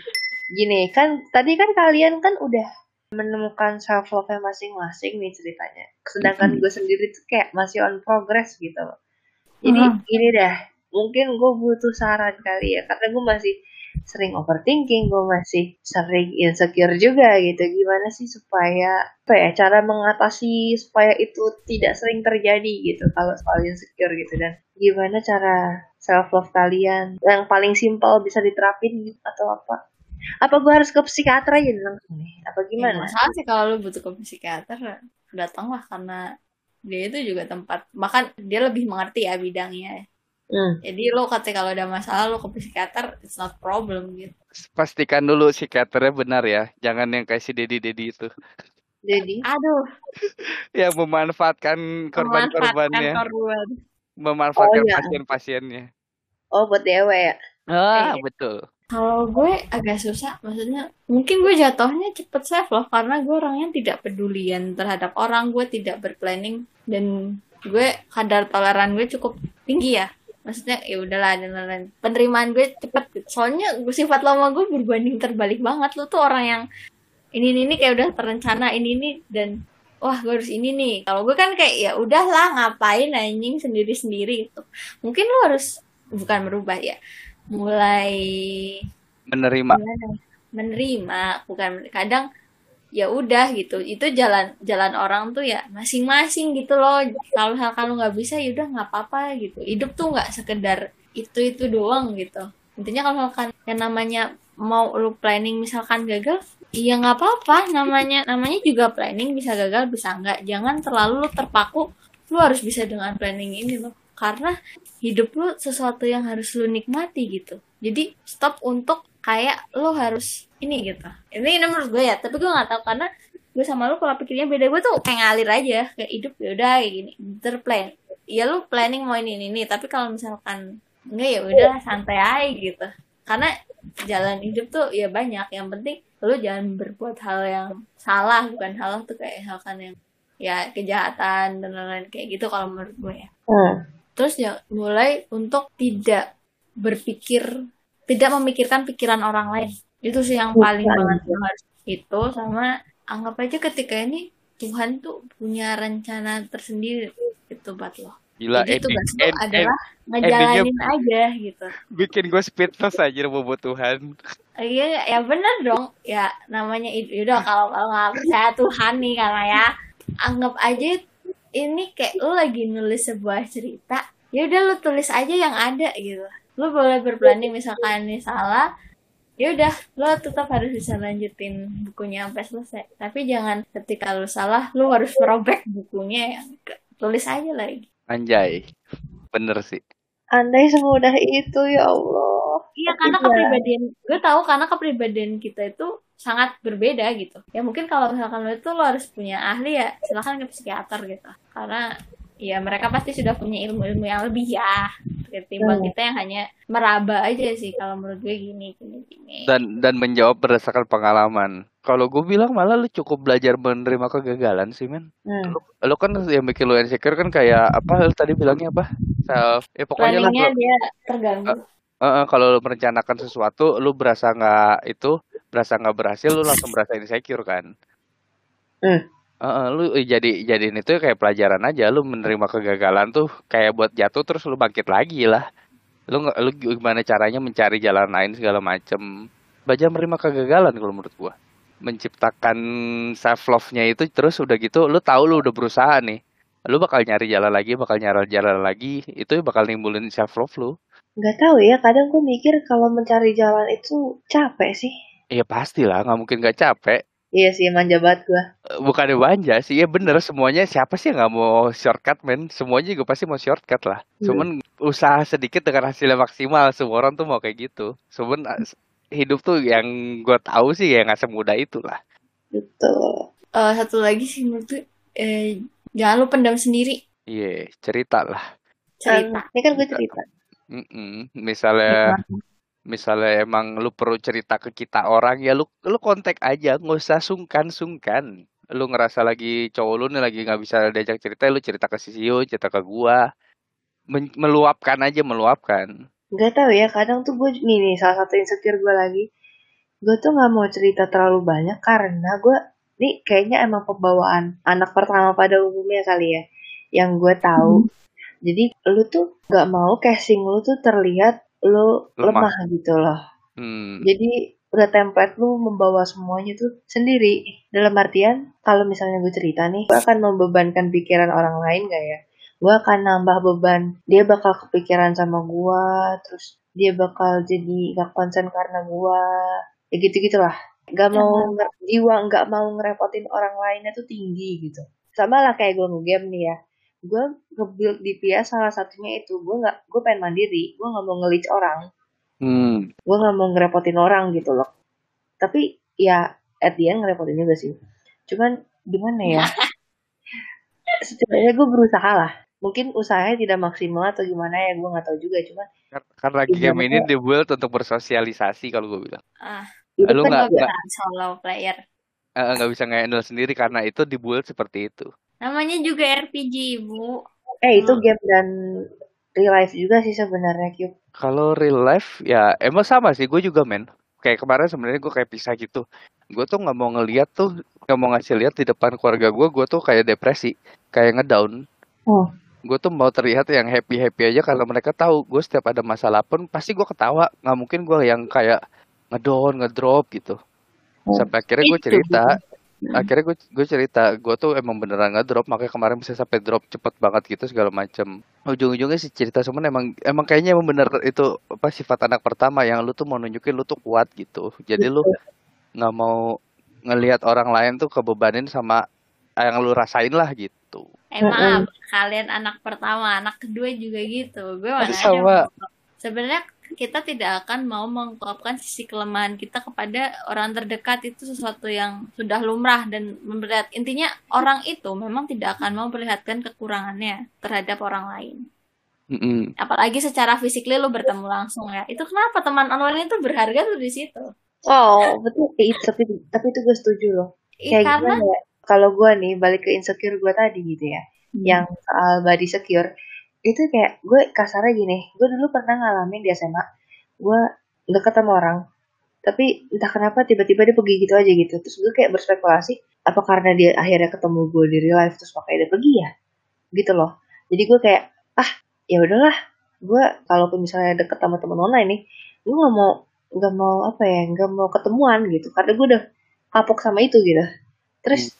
Gini kan, tadi kan kalian kan udah menemukan self love nya masing-masing nih ceritanya. Sedangkan gue sendiri tuh kayak masih on progress gitu. Jadi uh-huh. gini dah, mungkin gue butuh saran kali ya, karena gue masih sering overthinking, gue masih sering insecure juga gitu. Gimana sih supaya apa ya, cara mengatasi supaya itu tidak sering terjadi gitu kalau soal insecure gitu, dan gimana cara self love kalian yang paling simpel bisa diterapin gitu atau apa? Apa gue harus ke psikiater aja langsung nih? Apa gimana? Ya, masalah sih kalau lu butuh ke psikiater, datanglah, karena dia itu juga tempat, bahkan dia lebih mengerti ya bidangnya. Hmm. Jadi lo ketika kalau ada masalah lo ke psikiater, it's not problem gitu. Pastikan dulu psikiaternya benar ya, jangan yang kayak si Dedi Dedi itu. Dedi? Aduh. Yang memanfaatkan korban-korbannya. Korban. Memanfaatkan oh, iya. pasien-pasiennya. Oh, buat dewe ya? Ah, eh, betul. Kalau gue agak susah, maksudnya mungkin gue jatuhnya cepet self love karena gue orangnya tidak pedulian terhadap orang, gue tidak berplanning, dan gue kadar toleran gue cukup tinggi ya. Maksudnya ya udahlah, dan lain-lain. Penerimaan gue cepet. Soalnya gue sifat lama gue berbanding terbalik banget. Lu tuh orang yang ini ini, ini kayak udah terencana ini ini, dan wah gue harus ini nih. Kalau gue kan kayak ya udahlah, ngapain anjing sendiri-sendiri gitu. Mungkin lu harus bukan merubah ya, mulai menerima. Menerima, bukan kadang ya udah gitu, itu jalan jalan orang tuh ya masing-masing gitu loh. Kalau misalkan lu nggak bisa ya udah nggak apa-apa gitu. Hidup tuh nggak sekedar itu itu doang gitu. Intinya kalau misalkan yang namanya mau lu planning misalkan gagal, iya nggak apa-apa, namanya namanya juga planning, bisa gagal bisa nggak. Jangan terlalu lu terpaku lu harus bisa dengan planning ini loh, karena hidup lu sesuatu yang harus lu nikmati gitu. Jadi stop untuk kayak lo harus ini gitu. Ini menurut gue ya, tapi gue nggak tahu karena gue sama lo pola pikirnya beda. Gue tuh kayak ngalir aja, kayak hidup ya udah kayak gini, terplan. Iya lo planning mau ini ini, tapi kalau misalkan enggak ya udah santai aja gitu. Karena jalan hidup tuh ya banyak. Yang penting lo jangan berbuat hal yang salah, bukan hal tuh kayak misalkan yang ya kejahatan dan lain-lain kayak gitu kalau menurut gue ya. Hmm. Terus ya mulai untuk tidak berpikir, tidak memikirkan pikiran orang lain. Itu sih yang paling Bukan. banget harus itu. Sama anggap aja ketika ini Tuhan tuh punya rencana tersendiri gitu buat lo. Gila, jadi tugas lo adalah ngejalanin aja gitu. Bikin gue speechless aja buat Tuhan. Iya, ya bener dong. Ya namanya udah kalau kalau nggak percaya Tuhan nih karena ya anggap aja ini kayak lo lagi nulis sebuah cerita. Ya udah lo tulis aja yang ada gitu. Lo boleh berplanning misalkan ini salah, ya udah lo tetap harus bisa lanjutin bukunya sampai selesai. Tapi jangan ketika lo salah lo harus merobek bukunya, yang tulis aja lagi. Anjay, bener sih. Andai semudah itu ya Allah. Iya, karena kepribadian gue tahu karena kepribadian kita itu sangat berbeda gitu. Ya mungkin kalau misalkan lo itu lo harus punya ahli ya silakan ke psikiater gitu. Karena ya mereka pasti sudah punya ilmu-ilmu yang lebih ya. ketimbang Hmm. kita yang hanya meraba aja sih kalau menurut gue gini gini gini. Dan dan menjawab berdasarkan pengalaman. Kalau gue bilang malah lu cukup belajar menerima kegagalan sih, men. Hmm. Lu, lu kan yang bikin lu insecure kan kayak apa lu tadi bilangnya apa? Self. Ya pokoknya lu Planningnya kalau dia eh, terganggu. eh, kalau lu merencanakan sesuatu, lu berasa nggak itu, berasa nggak berhasil, lu langsung berasa insecure kan. Hmm. Heeh, lu eh, jadi jadiin itu kayak pelajaran aja. Lu menerima kegagalan tuh kayak buat jatuh terus lu bangkit lagi lah. Lu nggak, lu gimana caranya mencari jalan lain segala macem. Belajar menerima kegagalan kalau menurut gua. Menciptakan self love-nya itu terus udah gitu, lu tahu lu udah berusaha nih. Lu bakal nyari jalan lagi, bakal nyari jalan lagi, itu bakal nimbulin self love lu. Nggak tahu ya, kadang gue mikir kalau mencari jalan itu capek sih. Iya pastilah, nggak mungkin nggak capek. Iya sih, manja banget gue. Eh, Bukannya manja sih, ya bener semuanya siapa sih yang nggak mau shortcut men? Semuanya juga pasti mau shortcut lah. Hmm. Cuman usaha sedikit dengan hasilnya maksimal, semua orang tuh mau kayak gitu. Cuman eh, hidup tuh yang gue tahu sih ya nggak semudah itulah. Betul. Eh, satu lagi sih menurut gue, eh, jangan lu pendam sendiri Iya, cerita lah. cerita. Kan, ini kan gue cerita. Mm-mm. Misalnya, misalnya emang lu perlu cerita ke kita orang ya lu lu kontak aja, nggak usah sungkan-sungkan. Lu ngerasa lagi cowok lu nih lagi nggak bisa diajak cerita, lu cerita ke si Sio, cerita ke gua. Men- meluapkan aja, meluapkan. Nggak tahu ya, kadang tuh gue nih nih salah satu insecure gue lagi. Gue tuh nggak mau cerita terlalu banyak karena gue nih kayaknya emang pembawaan anak pertama pada umumnya kali ya, yang gue tahu. Jadi lu tuh nggak mau casing lu tuh terlihat lu Lemah. lemah gitu loh. Hmm. Jadi udah template lu membawa semuanya tuh sendiri. Dalam artian kalau misalnya gue cerita nih, gue akan membebankan pikiran orang lain gak ya? Gue akan nambah beban. Dia bakal kepikiran sama gue, terus dia bakal jadi gak konsen karena gue. Ya gitu-gitulah. Gak mau nger- jiwa gak mau ngerepotin orang lainnya tuh tinggi gitu. Sama lah kayak gue nge-game nih ya. Gue nge-build D P S salah satunya itu. Gue gak, gue pengen mandiri. Gue gak mau nge-leech orang. Hmm. Gue gak mau ngerepotin orang gitu loh. Tapi ya at the end ngerepotin juga sih. Cuman gimana ya? Setidaknya gue berusaha lah. Mungkin usahanya tidak maksimal atau gimana ya, gue gak tahu juga. Cuman Kar- Karena game ini ibaratnya dibuat untuk bersosialisasi kalau gue bilang. Ah, itu Lu kan nggak juga nggak solo player. eh, nggak bisa nge-handle sendiri karena itu dibuat seperti itu. Namanya juga R P G, Ibu. eh itu Hmm. game dan real life juga sih sebenarnya Cube. Kalau real life ya emang sama sih, gue juga men. Kayak kemarin sebenarnya gue kayak pisah gitu. Gue tuh nggak mau ngeliat tuh, nggak mau ngasih lihat di depan keluarga gue. Gue tuh kayak depresi, kayak ngedown. Oh. Gue tuh mau terlihat yang happy happy aja karena mereka tahu gue setiap ada masalah pun pasti gue ketawa. Nggak mungkin gue yang kayak ngedown, ngedrop gitu. Sampai akhirnya gue Itu. cerita, akhirnya gue gue cerita gue tuh emang beneran ngedrop, makanya kemarin bisa sampai drop cepet banget gitu segala macam. Ujung-ujungnya sih cerita cuman emang emang kayaknya emang bener itu apa sifat anak pertama yang lu tuh mau nunjukin lu tuh kuat gitu. Jadi lu nggak mau ngelihat orang lain tuh kebebanin sama yang lu rasain lah gitu. Eh maaf, kalian anak pertama, anak kedua juga gitu. Gue mana Sama. ada mau- sebenarnya kita tidak akan mau mengungkapkan sisi kelemahan kita kepada orang terdekat, itu sesuatu yang sudah lumrah dan memberat. Intinya orang itu memang tidak akan mau perlihatkan kekurangannya terhadap orang lain. Mm-mm. Apalagi secara fisikly lo bertemu langsung ya. Itu kenapa teman online itu berharga tuh di situ. Oh betul. Eh, itu- tapi tapi itu gue setuju loh. Ih, Kayak karena gimana ya? Kalau gue nih balik ke insecure gue tadi gitu ya, yang soal body secure itu kayak gue kasarnya gini. Gue dulu pernah ngalamin di S M A, gue deket sama orang, tapi entah kenapa tiba-tiba dia pergi gitu aja gitu. Terus gue kayak berspekulasi, apa karena dia akhirnya ketemu gue di real life terus makanya dia pergi ya? Gitu loh. Jadi gue kayak ah ya udahlah, gue kalaupun misalnya deket sama temen online nih, gue nggak mau nggak mau apa ya nggak mau ketemuan gitu karena gue udah kapok sama itu gitu. Terus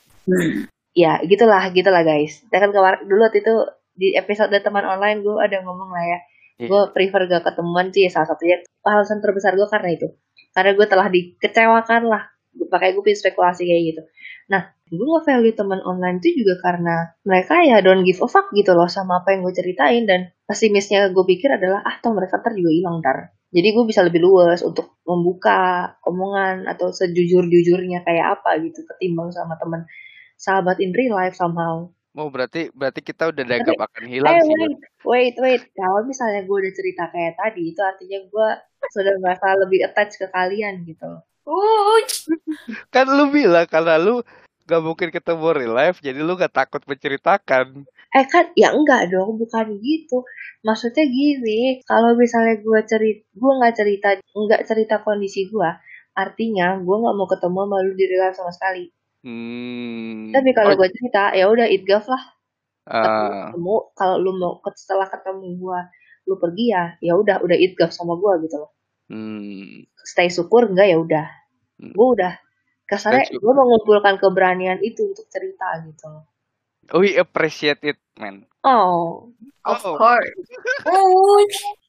ya gitulah gitulah guys. Dan kan kemarin dulu waktu itu di episode teman online gue ada ngomong lah ya, Iya. gue prefer gak ketemuan sih salah satunya alasan terbesar gue karena itu, karena gue telah dikecewakan lah, pakai gue spekulasi kayak gitu. Nah gue nge-value teman online itu juga karena mereka ya don't give a fuck gitu loh sama apa yang gue ceritain, dan pesimisnya gue pikir adalah ah toh mereka ntar juga hilang ntar, jadi gue bisa lebih luas untuk membuka omongan atau sejujur-jujurnya kayak apa gitu ketimbang sama teman sahabat in real life somehow. Mau berarti berarti kita udah Tapi, dianggap akan hilang eh sih. wait, wait, wait. Kalau misalnya gue udah cerita kayak tadi, itu artinya gue sudah merasa lebih attach ke kalian gitu. Uh, Kan lu bilang karena lu gak mungkin ketemu real life, jadi lu gak takut menceritakan. Eh kan, ya enggak dong, bukan gitu. Maksudnya gini, kalau misalnya gue cerita, gue nggak cerita, nggak cerita kondisi gue, artinya gue nggak mau ketemu sama lu di real life sama sekali. Hmm. Tapi kalau Oh, gue cerita, ya udah itgaf lah. Ketemu, ah, ketemu. Kalau lu mau ket- setelah ketemu gue, lu pergi ya, ya udah, udah itgaf sama gue gitu loh. hmm. Stay syukur enggak ya udah. Hmm. Gue udah kasarnya Stay gue mengumpulkan keberanian itu untuk cerita gitu loh. We appreciate it, man. Oh, of Oh. course. Uh,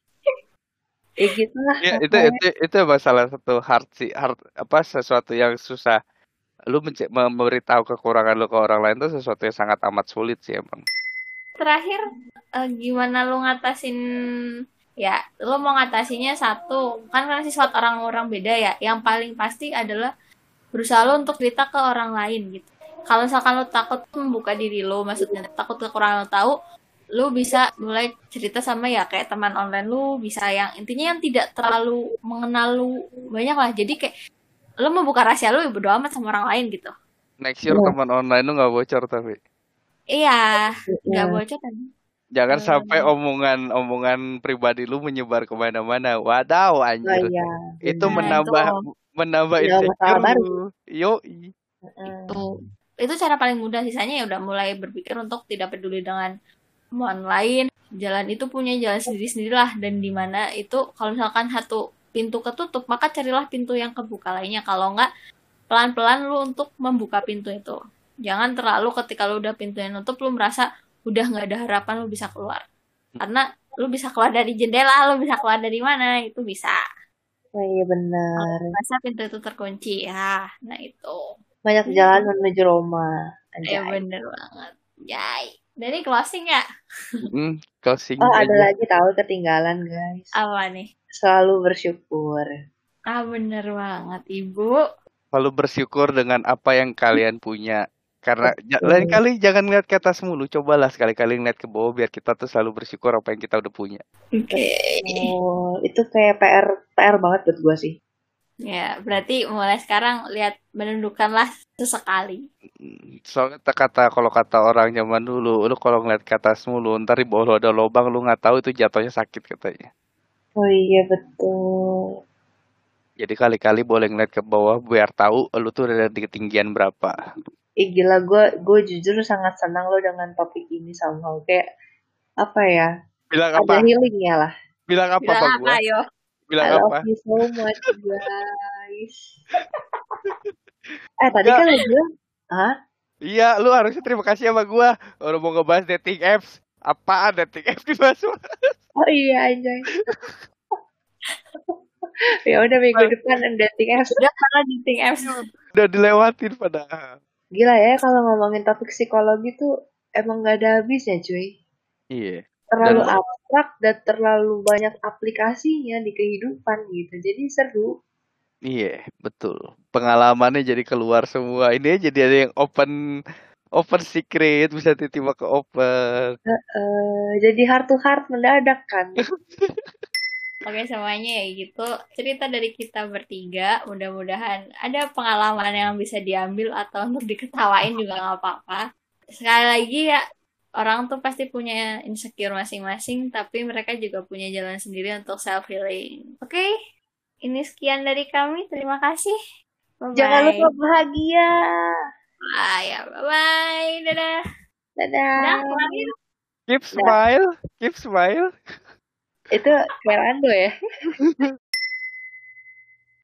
ya gitu lah. Ya, itu pokoknya. itu itu masalah satu hard sih, hard apa sesuatu yang susah. Lu mence- memberitahu kekurangan lu ke orang lain tuh sesuatu yang sangat amat sulit sih emang. Terakhir, eh, gimana lu ngatasin, ya, lu mau ngatasinya satu, kan kan sifat orang-orang beda ya. Yang paling pasti adalah berusaha lu untuk cerita ke orang lain gitu. Kalau misalkan lu takut membuka diri lu, maksudnya takut kekurangan lu tahu, lu bisa mulai cerita sama ya kayak teman online lu, bisa yang intinya yang tidak terlalu mengenal lu banyak lah. Jadi kayak lu mau buka rahasia lu ya bodo amat sama orang lain gitu. Next year Iya. teman online lu gak bocor tapi. Iya, nggak Iya. bocor kan. Jangan Hmm. sampai omongan-omongan pribadi lu menyebar kemana-mana. Wadaw Oh anjir. iya. Itu Nah, menambah itu. menambah Menambah masalah insecure baru. lu. Yoi. Heeh. Itu itu cara paling mudah. Sisanya ya udah mulai berpikir untuk tidak peduli dengan omongan lain. Jalan itu punya jalan sendiri-sendirilah, dan di mana itu kalau misalkan satu pintu ketutup, maka carilah pintu yang kebuka lainnya. Kalau enggak, pelan-pelan lu untuk membuka pintu itu. Jangan terlalu ketika lu udah pintunya nutup lu merasa udah nggak ada harapan lu bisa keluar. Karena lu bisa keluar dari jendela, lu bisa keluar dari mana, itu bisa. Oh iya benar. Masa pintu itu terkunci ya. Nah itu. Banyak jalan menuju Roma. Ya Anjay. bener banget. Yay. Dari closing ya? Hmm, closing Oh ada aja. lagi tahu ketinggalan guys. Apa nih? Selalu bersyukur. Ah bener banget Ibu. Lalu bersyukur dengan apa yang kalian punya. Karena ja- Betul. lain kali jangan ngeliat ke atas mulu. Cobalah sekali-kali ngeliat ke bawah biar kita tuh selalu bersyukur apa yang kita udah punya. Oke. Oh, itu kayak P R P R banget buat gue sih. Ya berarti mulai sekarang lihat menundukkanlah sesekali. Hmm, Soalnya ta- kata kalau kata orang zaman dulu, lu kalau ngeliat ke atas mulu, ntar di bawah lu ada lubang, lu nggak tahu itu jatuhnya sakit katanya. Oh iya betul. Jadi kali-kali boleh ngeliat ke bawah biar tahu lu tuh ada di ketinggian berapa. Ih gila gue gue jujur sangat senang lo dengan topik ini somehow kayak apa ya? Bilang Ada apa? healingnya lah. Bilang apa Bilang bang apa gua? yo? Bilang I love apa? you so much guys. Eh tadi Enggak. kan lo bilang, hah? Iya, lu harusnya terima kasih sama gua. Orang mau ngebahas dating apps. Apaan dating apps dibahas? Oh iya anjay. Ya udah minggu depan dating apps. Udah karena dating apps. Udah dilewatin padahal. Gila ya kalau ngomongin topik psikologi tuh emang gak ada habisnya cuy. Iya. Terlalu Dan- abstrak dan terlalu banyak aplikasinya di kehidupan gitu. Jadi seru. Iya, betul. Pengalamannya jadi keluar semua. Ini aja jadi ada yang open open secret bisa tiba-tiba ke open. Eh, jadi heart to heart mendadak kan. Oke semuanya ya gitu. Cerita dari kita bertiga. Mudah-mudahan ada pengalaman yang bisa diambil atau untuk diketawain juga nggak apa-apa. Sekali lagi ya, orang tuh pasti punya insecure masing-masing, tapi mereka juga punya jalan sendiri untuk self healing. Oke, ini sekian dari kami. Terima kasih. Bye-bye. Jangan lupa bahagia. Bye. Ya, bye-bye. Dadah. Dadah. Dadah. Kemarin. Keep smile, keep smile. Itu kayak Rando ya.